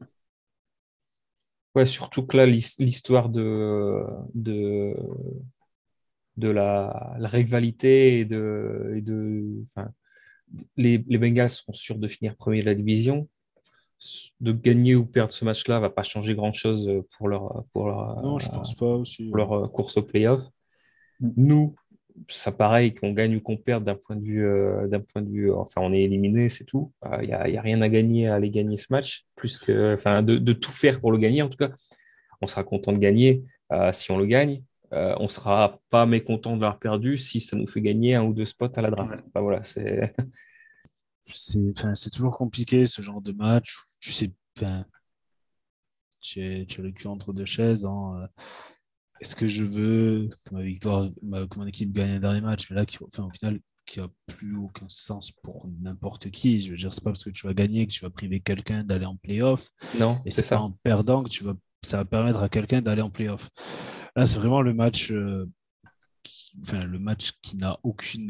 Ouais, surtout que là, l'histoire de la rivalité les Bengals sont sûrs de finir premier de la division. De gagner ou perdre ce match-là ne va pas changer grand-chose pour leur non, je pense pas aussi. Pour leur course au playoff. Nous, ça pareil, qu'on gagne ou qu'on perde d'un point de vue, enfin, on est éliminé, c'est tout. Il n'y a rien à gagner à aller gagner ce match, plus que, de tout faire pour le gagner. En tout cas, on sera content de gagner si on le gagne. On ne sera pas mécontent de l'avoir perdu si ça nous fait gagner 1 ou 2 spots à la draft. Voilà, c'est... c'est toujours compliqué ce genre de match. Tu sais, tu as le cul entre deux chaises. Est-ce que je veux que que mon équipe gagne un dernier match, mais là, au final, qui a plus aucun sens pour n'importe qui. Je veux dire, c'est pas parce que tu vas gagner que tu vas priver quelqu'un d'aller en playoff. Non, Et c'est c'est pas ça. en perdant que ça va permettre à quelqu'un d'aller en playoff. Là, c'est vraiment le match, le match qui n'a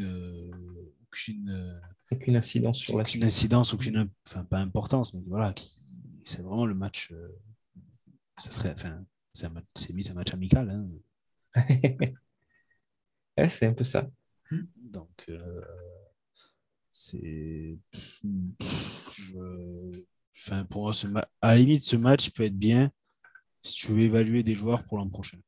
Aucune incidence sur la aucune suite. incidence, pas importance, mais voilà, c'est vraiment le match. Ça serait, c'est mis un match amical. Hein. Ouais, c'est un peu ça. Donc, c'est. Pour moi, à la limite, ce match peut être bien si tu veux évaluer des joueurs pour l'an prochain.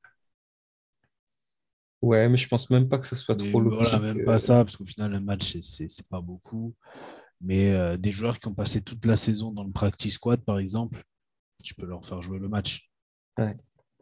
Ouais, mais je pense même pas que ce soit Mais trop voilà, l'optique. même pas ça, parce qu'au final, un match, c'est pas beaucoup. Mais des joueurs qui ont passé toute la saison dans le practice squad, par exemple, tu peux leur faire jouer le match. Ouais.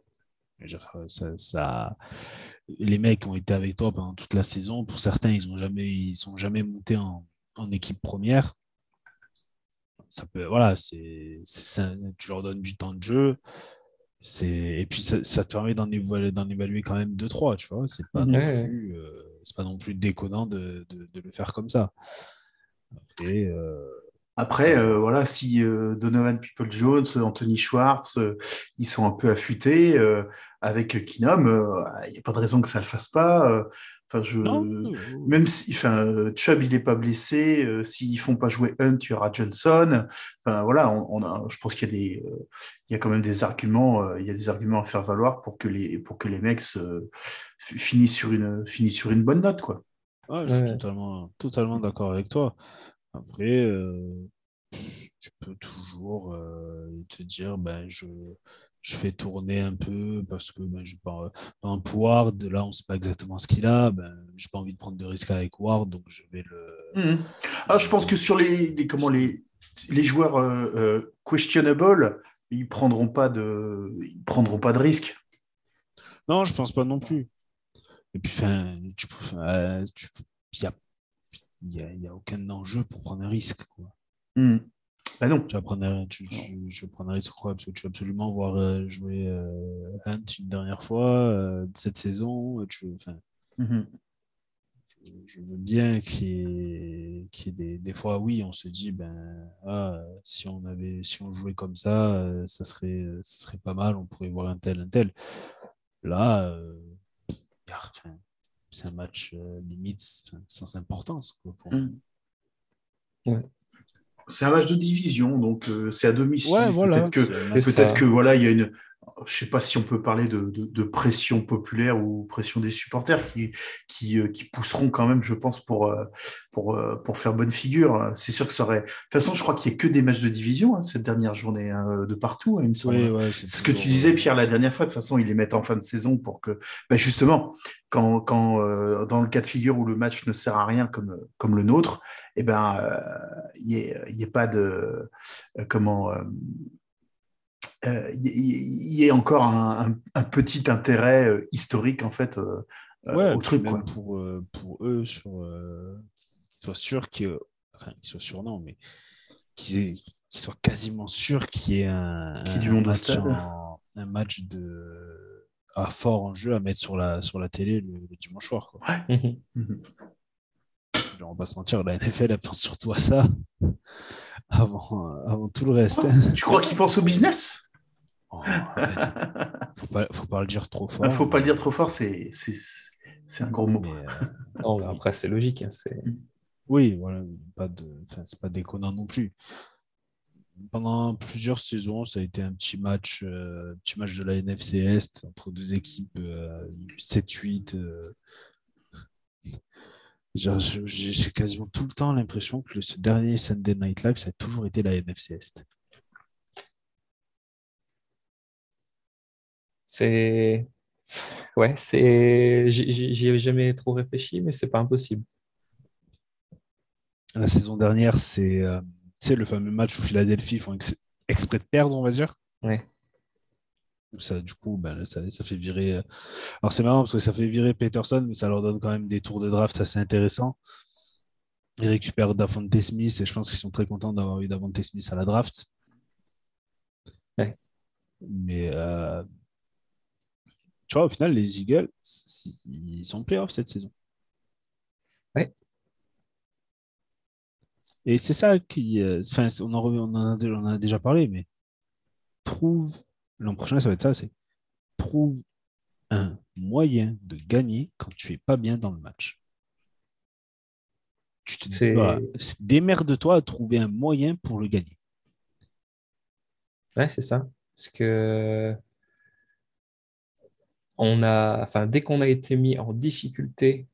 Les mecs ont été avec toi pendant toute la saison. Pour certains, ils sont jamais montés en équipe première. Ça peut, voilà, tu leur donnes du temps de jeu. Et puis ça te permet d'en évaluer quand même 2-3, tu vois. Ouais. C'est pas non plus déconnant de le faire comme ça. Et, Après, voilà, si Donovan Peoples-Jones, Anthony Schwartz, ils sont un peu affûtés avec Keenum, il n'y a pas de raison que ça ne le fasse pas. Enfin, non, même si, Chubb, il n'est pas blessé. S'ils font pas jouer Hunt, il y aura Johnson. Enfin, voilà, je pense qu'il y a il y a quand même des arguments, il y a des arguments à faire valoir pour que les mecs finissent finissent sur une bonne note, quoi. je suis Ouais. totalement d'accord avec toi. Après, tu peux toujours te dire, je fais tourner un peu parce que je pas un Ward, là, on ne sait pas exactement ce qu'il a. Je n'ai pas envie de prendre de risques avec Ward, donc je vais Mhm. Ah, je pense que sur les joueurs questionable, ils prendront pas de risques. Non, je pense pas non plus. Et puis, il y a aucun enjeu pour prendre un risque, quoi. Mhm. Bah non. Tu vas prendre un risque, quoi, parce que tu vas absolument voir jouer Hunt une dernière fois cette saison. Mhm. Je veux bien qu'il y ait des fois, oui, on se dit, si on jouait comme ça serait pas mal, on pourrait voir un tel, un tel. Là, c'est un match limite sans importance, quoi, pour moi. Mhm. Ouais. C'est un match de division, donc c'est à domicile. Ouais, voilà. Peut-être que voilà, il y a je sais pas si on peut parler de pression populaire ou pression des supporters qui pousseront quand même, je pense, pour faire bonne figure. C'est sûr que ça aurait. De toute façon, je crois qu'il n'y a que des matchs de division cette dernière journée, de partout, il me semble. Oui, ouais, c'est Ce que tu toujours. disais, Pierre, la dernière fois, de toute façon, ils les mettent en fin de saison pour que, justement, quand dans le cas de figure où le match ne sert à rien comme le nôtre, il n'y ait pas de il y ait encore un petit intérêt historique en fait Ouais, au puis truc, même quoi. pour eux, qu'ils soient sûrs qu'ils soient sûrs, non, mais qu'ils soient quasiment sûrs qu'il y ait Qui du monde au stade. un match à fort en jeu à mettre sur la télé le dimanche soir, quoi. Ouais. Mhm. Mhm. On va pas se mentir, la NFL, elle pense surtout à ça avant tout le reste. Tu crois qu'ils pensent au business? Oh, arrête. Faut pas le dire trop fort. Faut pas le dire trop fort, c'est un gros mot. Mais, Non, mais après, c'est logique. Hein, oui, voilà, c'est pas déconnant non plus. Pendant plusieurs saisons, ça a été un petit match de la NFC Est entre deux équipes 7-8. J'ai quasiment tout le temps l'impression que ce dernier Sunday Night Live, ça a toujours été la NFC Est. c'est... Ouais, j'y ai jamais trop réfléchi, mais c'est pas impossible. La saison dernière, c'est le fameux match où Philadelphie font exprès de perdre, on va dire. Ouais. Ça, du coup, ça fait virer. Alors, c'est marrant parce que ça fait virer Peterson, mais ça leur donne quand même des tours de draft assez intéressants. Ils récupèrent Davante Smith et je pense qu'ils sont très contents d'avoir eu Davante Smith à la draft. Ouais. Mais tu vois, au final, les Eagles, ils sont playoffs cette saison. Ouais. Et c'est ça qui. Enfin, on en a déjà parlé, mais l'an prochain, ça va être ça, c'est trouve un moyen de gagner quand tu es pas bien dans le match. Voilà, démerde-toi à trouver un moyen pour le gagner. Ouais, c'est ça. Parce que dès qu'on a été mis en difficulté,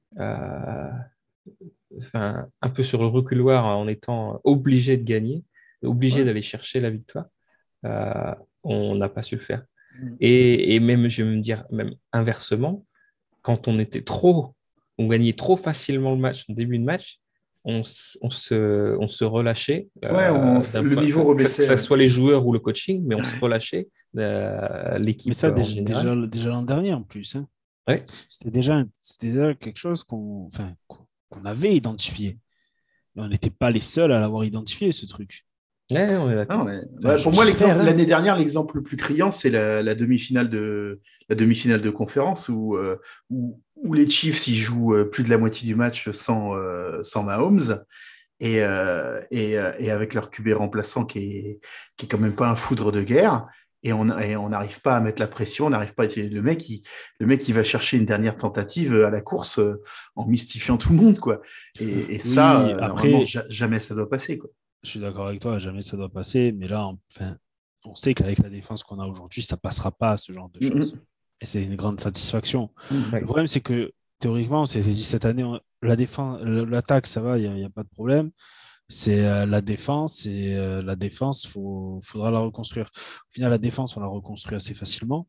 un peu sur le reculoir en étant obligé de gagner, obligé d'aller chercher la victoire, on n'a pas su le faire. Et même, je vais me dire, même inversement, quand on gagnait trop facilement le match, en début de match, on se relâchait. Le niveau rebaissait. Que ce soit les joueurs ou le coaching, mais on se relâchait l'équipe. Mais ça, en général. déjà l'an dernier en plus. Hein. Ouais. C'était déjà quelque chose qu'on avait identifié. Mais on n'était pas les seuls à l'avoir identifié, ce truc. Ouais, on est d'accord. Pour moi, l'année dernière, l'exemple le plus criant, c'est la demi-finale de conférence où les Chiefs ils jouent plus de la moitié du match sans Mahomes et avec leur QB remplaçant qui est quand même pas un foudre de guerre. Et on n'arrive pas à mettre la pression, on n'arrive pas à le mec il va chercher une dernière tentative à la course en mystifiant tout le monde, quoi. Et ça, normalement, jamais ça doit passer, quoi. Je suis d'accord avec toi, jamais ça doit passer, mais là, on sait qu'avec la défense qu'on a aujourd'hui, ça passera pas, ce genre de choses. Et c'est une grande satisfaction. Le problème, c'est que théoriquement, on s'est dit cette année, la défense, l'attaque, ça va, il n'y a pas de problème. C'est la défense, et la défense, faudra la reconstruire. Au final, la défense, on la reconstruit assez facilement.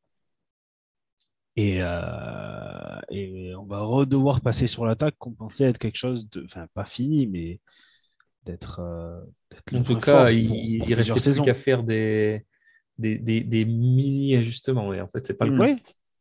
Et on va redevoir passer sur l'attaque qu'on pensait être quelque chose de, enfin, pas fini, mais d'être en tout cas, il restait plus qu'à faire des mini-ajustements. Et en fait, c'est pas le cas.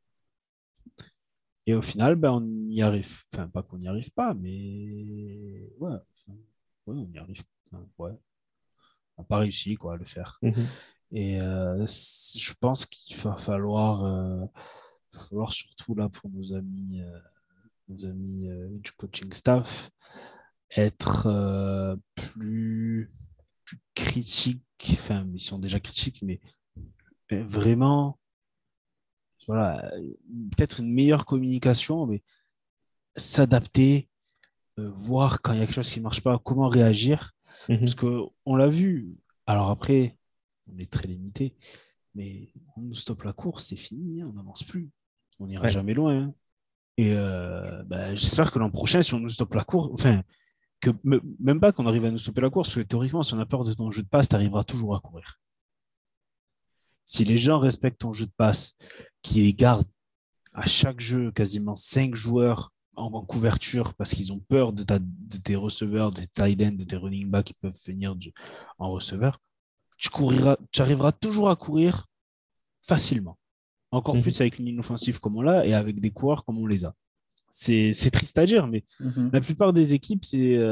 Et au final, on y arrive. Enfin, pas qu'on n'y arrive pas, mais on y arrive. On n'a pas réussi à le faire. Et je pense qu'il va falloir surtout là pour nos amis du coaching staff, être plus critiques. Enfin, ils sont déjà critiques, mais vraiment, voilà, peut-être une meilleure communication, mais s'adapter, voir quand il y a quelque chose qui ne marche pas, comment réagir. Parce qu'on l'a vu. Alors après, on est très limité, mais on nous stoppe la course, c'est fini, on n'avance plus. On n'ira jamais loin. Hein. Et j'espère que l'an prochain, si on nous stoppe la course, enfin, que même pas qu'on arrive à nous stopper la course, parce que théoriquement, si on a peur de ton jeu de passe, tu arriveras toujours à courir. Si les gens respectent ton jeu de passe, qui gardent à chaque jeu quasiment 5 joueurs en couverture parce qu'ils ont peur de tes receveurs, de tes tight ends, de tes running backs qui peuvent venir en receveur, tu arriveras toujours à courir facilement. Encore plus avec une ligne offensive comme on l'a et avec des coureurs comme on les a. C'est triste à dire, mais la plupart des équipes,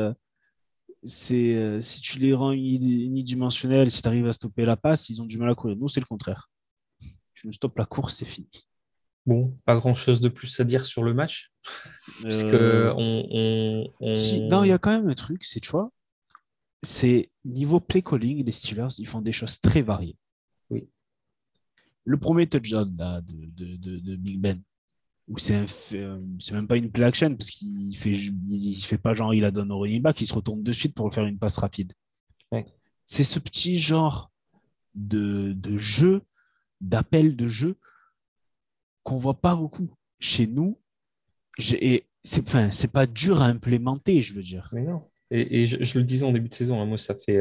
si tu les rends unidimensionnels, si tu arrives à stopper la passe, ils ont du mal à courir. Nous, c'est le contraire. Tu nous stoppes la course, c'est fini. Bon, pas grand-chose de plus à dire sur le match. Puisque non, il y a quand même un truc, c'est, tu vois, c'est niveau play calling, les Steelers, ils font des choses très variées. Oui. Le premier touchdown là, de Big Ben, où c'est même pas une play action, parce qu'il fait pas genre il la donne au running back, il se retourne de suite pour faire une passe rapide. Ouais. C'est ce petit genre de jeu, d'appel de jeu qu'on voit pas beaucoup chez nous. Et c'est pas dur à implémenter, je veux dire. Mais non. Et je le disais en début de saison, hein, moi,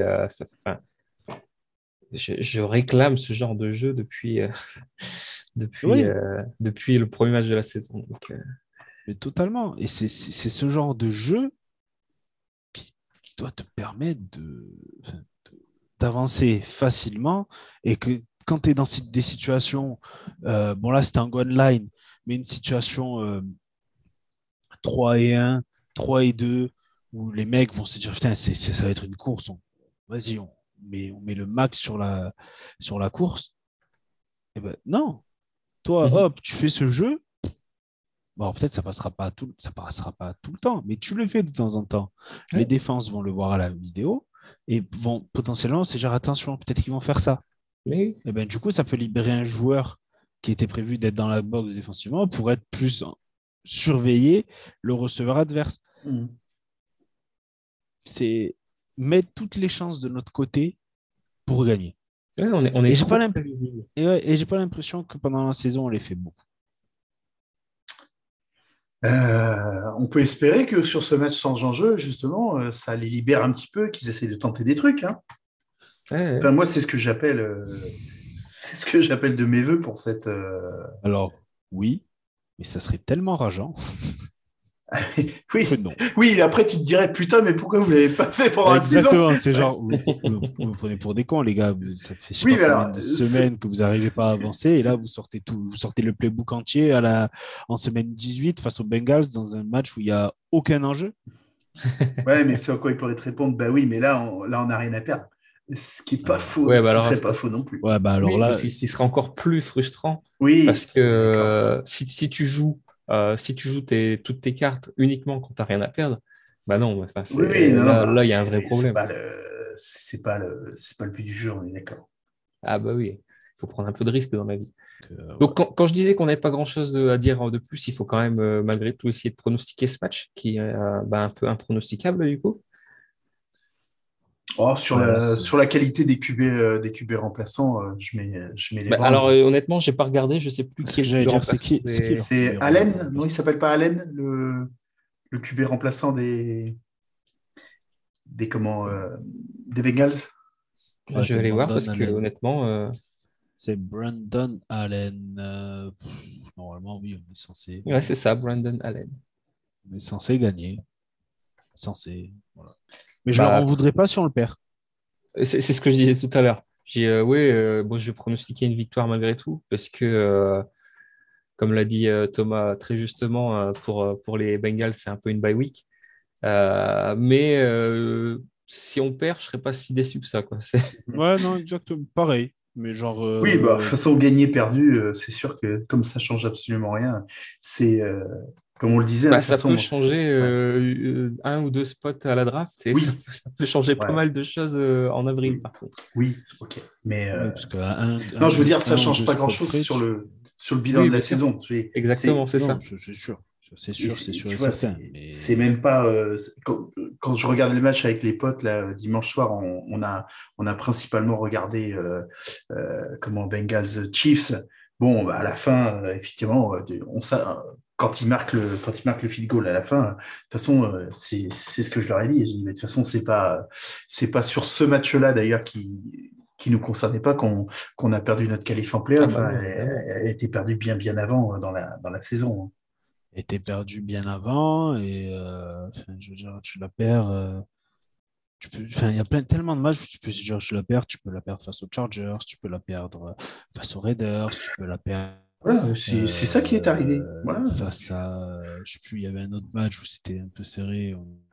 je réclame ce genre de jeu depuis le premier match de la saison. Donc, Mais totalement. Et c'est ce genre de jeu qui doit te permettre d'avancer facilement et que quand tu es dans des situations, bon là c'était un goal line, mais une situation 3-1, 3-2, où les mecs vont se dire, putain, ça va être une course. Vas-y, on met le max sur la course. Eh ben, non. Toi, hop, tu fais ce jeu. Bon, peut-être ça passera pas tout le temps, mais tu le fais de temps en temps. Ouais. Les défenses vont le voir à la vidéo et vont potentiellement se dire attention, peut-être qu'ils vont faire ça. Mais Et ben, du coup, ça peut libérer un joueur qui était prévu d'être dans la box défensivement pour être plus surveiller le receveur adverse. C'est mettre toutes les chances de notre côté pour gagner. ouais, on est trop prévisible. Et j'ai pas l'impression que pendant la saison, on les fait beaucoup. On peut espérer que sur ce match sans enjeu, justement, ça les libère un petit peu, qu'ils essayent de tenter des trucs. Hein. Ouais. Enfin, moi, c'est ce que j'appelle de mes voeux pour cette. Alors, oui, mais ça serait tellement rageant. Oui. Non. Oui, après tu te dirais putain, mais pourquoi vous l'avez pas fait pendant la saison? Exactement, c'est genre, vous me prenez pour des cons, les gars. Ça fait je sais Oui, pas mais combien alors, de semaines que vous n'arrivez pas à avancer, et là vous sortez le playbook entier en semaine 18 face aux Bengals dans un match où il n'y a aucun enjeu. Ouais, mais ce à quoi il pourrait te répondre, bah oui, mais là on n'a rien à perdre. Ce qui est pas faux, Ouais, ce bah qui alors, serait pas faux non plus. Ouais, bah alors oui, là, mais ce sera encore plus frustrant Oui, parce que d'accord. si tu joues toutes tes cartes uniquement quand tu n'as rien à perdre, bah non, enfin, Oui, non, bah, là, il y a un vrai mais problème. c'est pas le but du jeu, on est d'accord. Ah bah oui, il faut prendre un peu de risque dans la vie. ouais. Donc quand je disais qu'on n'avait pas grand-chose à dire de plus, il faut quand même malgré tout essayer de pronostiquer ce match qui est un peu impronosticable du coup. Oh, Ouais, là, sur la qualité des QB remplaçants, je mets les Bah, vents. alors honnêtement, j'ai pas regardé, je sais plus ce qui est que le j'allais QB dire, c'est remplaçant qui des... leur C'est QB Allen, non, remplaçant? il s'appelle pas Allen, le QB remplaçant des Bengals. Ah, Ouais, je vais c'est aller voir Brandon parce que Allen. honnêtement, C'est Brandon Allen. Normalement, oui, ouais, c'est ça, Brandon Allen. on est censé gagner. Censé, voilà. Mais je leur en Bah, voudrais pas si on le perd. c'est ce que je disais tout à l'heure. J'ai ouais, bon, je vais pronostiquer une victoire malgré tout parce que comme l'a dit Thomas très justement pour les Bengals, c'est un peu une bye week. Mais si on perd, je serais pas si déçu que ça, quoi. Ouais, non, exactement. Pareil. Mais genre. Oui, bah, de toute façon, gagner, perdu, c'est sûr que comme ça change absolument rien, c'est, comme on le disait, hein, de Bah, toute ça peut façon. changer Ouais. un ou deux spots à la draft et Oui, ça peut changer pas ouais, mal de choses en avril, oui, par contre. oui, ok. Mais Ouais, parce que non, je veux dire, ça un ou change deux pas spots grand-chose près, sur le bilan Oui, de la bien sûr. saison. Exactement, c'est non, ça. c'est sûr. Et C'est sûr tu et vois, certain. c'est Mais même pas. Quand je regardais le match avec les potes là, dimanche soir, on a principalement regardé Bengals Chiefs. Bon, bah, à la fin, effectivement, quand il marque le field goal à la fin, de toute façon, c'est ce que je leur ai dit. J'ai dit, mais de toute façon, c'est pas sur ce match-là d'ailleurs qui nous concernait pas qu'on a perdu notre qualif en Ah playoff. bah Hein. non, évidemment. Elle a été perdue bien bien avant dans la saison. était perdu bien avant. Et enfin, je veux dire, tu la perds. Enfin, il y a tellement de matchs où tu peux se dire je la perds. Tu peux la perdre face aux Chargers, tu peux la perdre face aux Raiders, tu peux la perdre Voilà, c'est ça qui est arrivé. Voilà. face à. Je sais plus, il y avait un autre match où c'était un peu serré.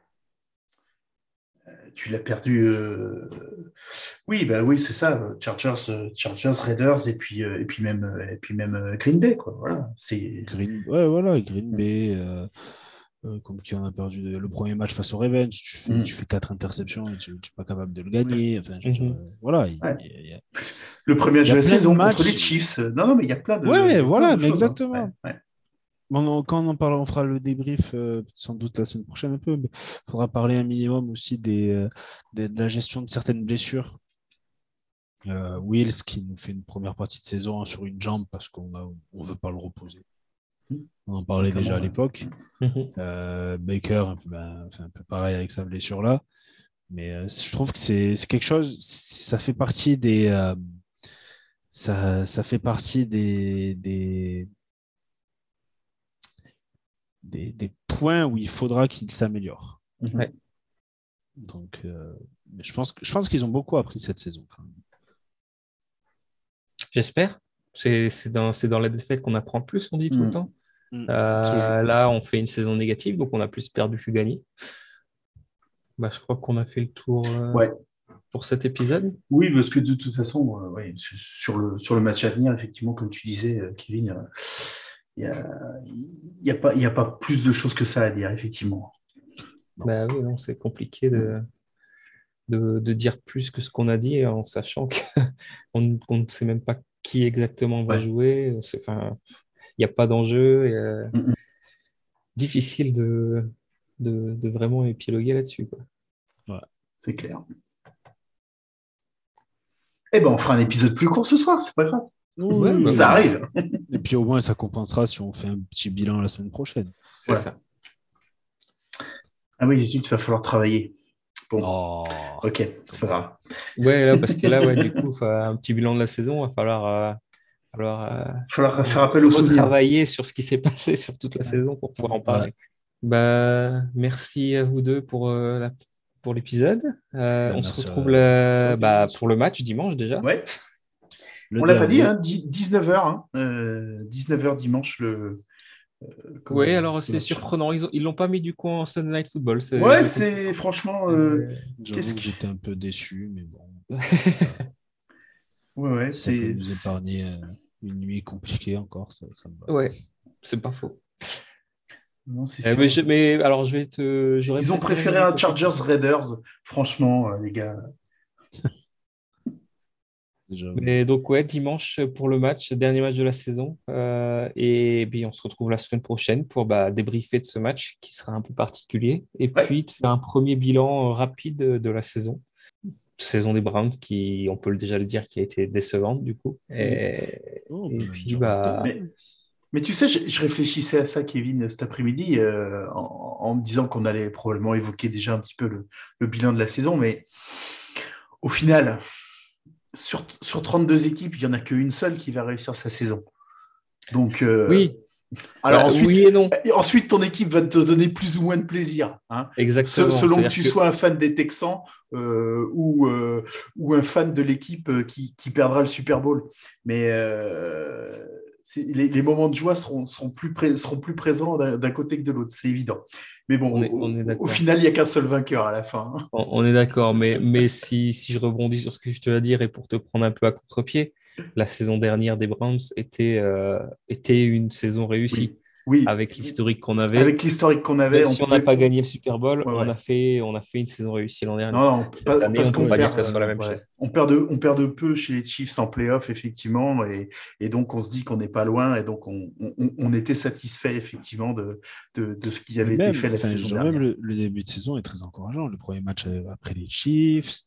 Tu l'as perdu. Oui, bah oui, c'est ça. Chargers, Raiders et puis même Green Bay, quoi. Voilà. Ouais, voilà, Green Bay. Comme qui en a perdu le premier match face aux Ravens, tu fais 4 interceptions et tu n'es pas capable de le gagner. Enfin, je veux dire, Mhm. voilà, Ouais. Le premier match il y a de la plein de saison contre les matchs. Chiefs. Non, non, mais il y a plein Ouais, de voilà, mais choses. Hein. Ouais, exactement. ouais. Quand on en parlera, on fera le débrief sans doute la semaine prochaine un peu, mais il faudra parler un minimum aussi de la gestion de certaines blessures. Wills qui nous fait une première partie de saison sur une jambe parce on veut pas le reposer. On en parlait déjà à l'époque. Mhm. Baker, c'est un peu pareil avec sa blessure-là. Mais je trouve que c'est quelque chose, ça fait partie ça fait partie des points où il faudra qu'il s'améliore. Ouais. Donc, mais je pense qu'ils ont beaucoup appris cette saison, quand même. J'espère. C'est dans la défaite qu'on apprend le plus, on dit tout le temps. Ça joue. Là, on fait une saison négative, donc on a plus perdu que gagné. Je crois qu'on a fait le tour Ouais. pour cet épisode. Oui, parce que de toute façon, ouais, sur le match à venir, effectivement, comme tu disais, Kevin, il y a pas plus de choses que ça à dire, effectivement. Oui, non, c'est compliqué de dire plus que ce qu'on a dit en sachant qu'on ne sait même pas qui exactement va jouer. Il n'y a pas d'enjeu. Difficile de vraiment épiloguer là-dessus, quoi. Ouais, c'est clair. Eh ben, on fera un épisode plus court ce soir, c'est pas grave. Oui, ça arrive. Et puis au moins, ça compensera si on fait un petit bilan la semaine prochaine. C'est ça. Ah oui, il va falloir travailler. Bon. Oh. Ok, c'est pas grave. Ouais, là, parce que là, du coup, un petit bilan de la saison, il va falloir faire appel au souvenirs. Travailler sur ce qui s'est passé sur toute la saison pour pouvoir en parler. Merci à vous deux pour l'épisode. On se retrouve pour le match dimanche déjà. Ouais. On l'a pas dit, 19h. 19h dimanche. Oui, alors c'est surprenant. Ils l'ont pas mis du coup en Sunday Night Football. C'est franchement. J'étais un peu déçu, mais bon. Ouais, ça peut nous épargner une nuit compliquée encore, ça me va. Ouais, c'est pas faux. Non, c'est sûr. Alors je vais te. Ils ont préféré un Chargers Raiders, franchement, les gars. Mais donc dimanche pour le dernier match de la saison. Et puis on se retrouve la semaine prochaine pour débriefer de ce match qui sera un peu particulier. Et puis de faire un premier bilan rapide de la saison. Saison des Browns qui, on peut déjà le dire, qui a été décevante du coup. Et puis Mais tu sais, je réfléchissais à ça, Kevin, cet après-midi, en me disant qu'on allait probablement évoquer déjà un petit peu le bilan de la saison, mais au final, sur 32 équipes, il n'y en a qu'une seule qui va réussir sa saison. Donc, oui. Alors ensuite, oui et non. Ensuite, ton équipe va te donner plus ou moins de plaisir. Hein. Exactement. Selon que tu sois un fan des Texans ou un fan de l'équipe qui perdra le Super Bowl. Mais les moments de joie seront plus présents d'un côté que de l'autre, c'est évident. Mais bon, on est au final, il n'y a qu'un seul vainqueur à la fin. On est d'accord, mais si je rebondis sur ce que je te vais dire et pour te prendre un peu à contre-pied, la saison dernière des Browns était une saison réussie. Oui. Avec l'historique qu'on avait. Même si on n'a pas gagné le Super Bowl, on a fait une saison réussie l'an dernier. Non, cette année, parce on peut pas dire que ce soit la même chose. On perd de peu chez les Chiefs en play-off, effectivement, et donc on se dit qu'on n'est pas loin, et donc on était satisfait, effectivement, de ce qui avait été fait la saison dernière. Même le début de saison est très encourageant. Le premier match après les Chiefs,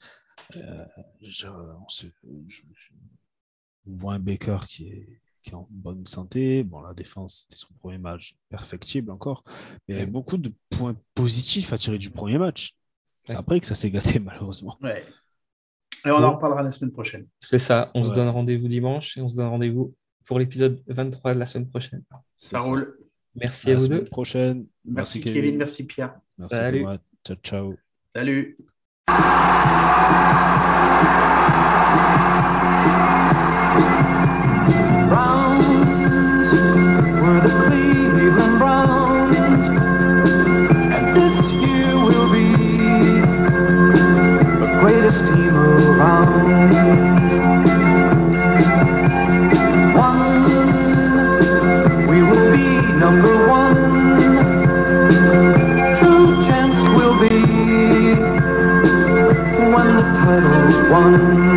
on voit un Baker qui est en bonne santé. Bon, la défense, c'était son premier match, perfectible encore. Mais il y avait beaucoup de points positifs à tirer du premier match. C'est après que ça s'est gâté, malheureusement. Ouais. Et on en reparlera la semaine prochaine. C'est ça. On se donne rendez-vous dimanche et on se donne rendez-vous pour l'épisode 23 de la semaine prochaine. Ça roule. Merci à vous deux. Prochaine. Merci Kevin, merci Pierre. Merci Salut. Thomas. Ciao. Salut. Browns were the Cleveland Browns, and this year will be the greatest team around. We will be number one. True champs will be when the title's won.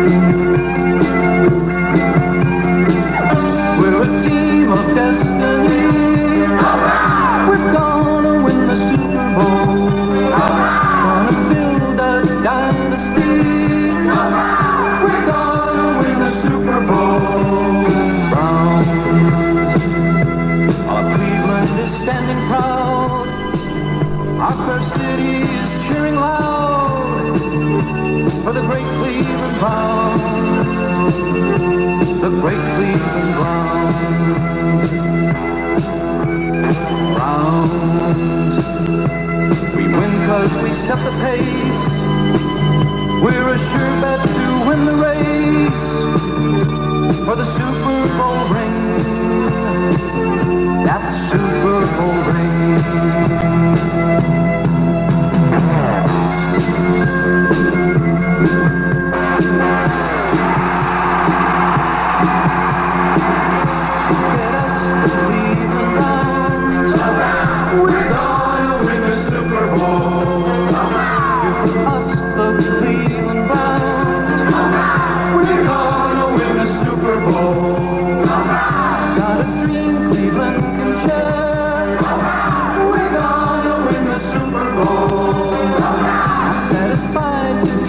We're a team of destiny. We're gonna win the Super Bowl. Gonna build a dynasty. We're gonna win the Super Bowl. Browns of Cleveland is standing proud. Our first city is cheering loud for the great Cleveland Browns. The great Cleveland Browns. We win 'cause we set the pace. We're a sure bet to win the race for the Super Bowl ring. That Super Bowl ring.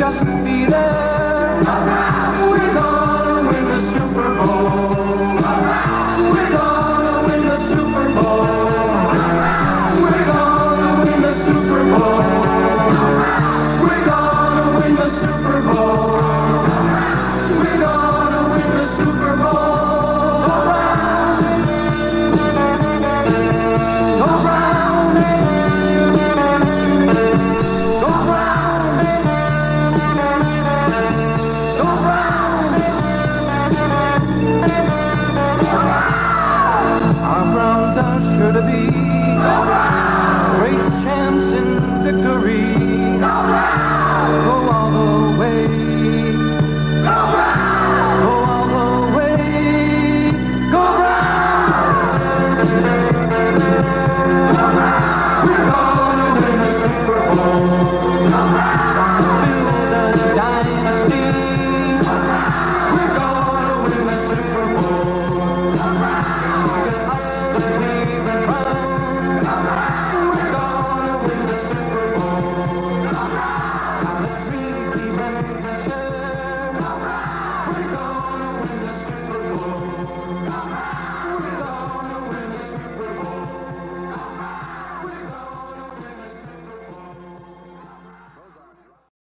just be there.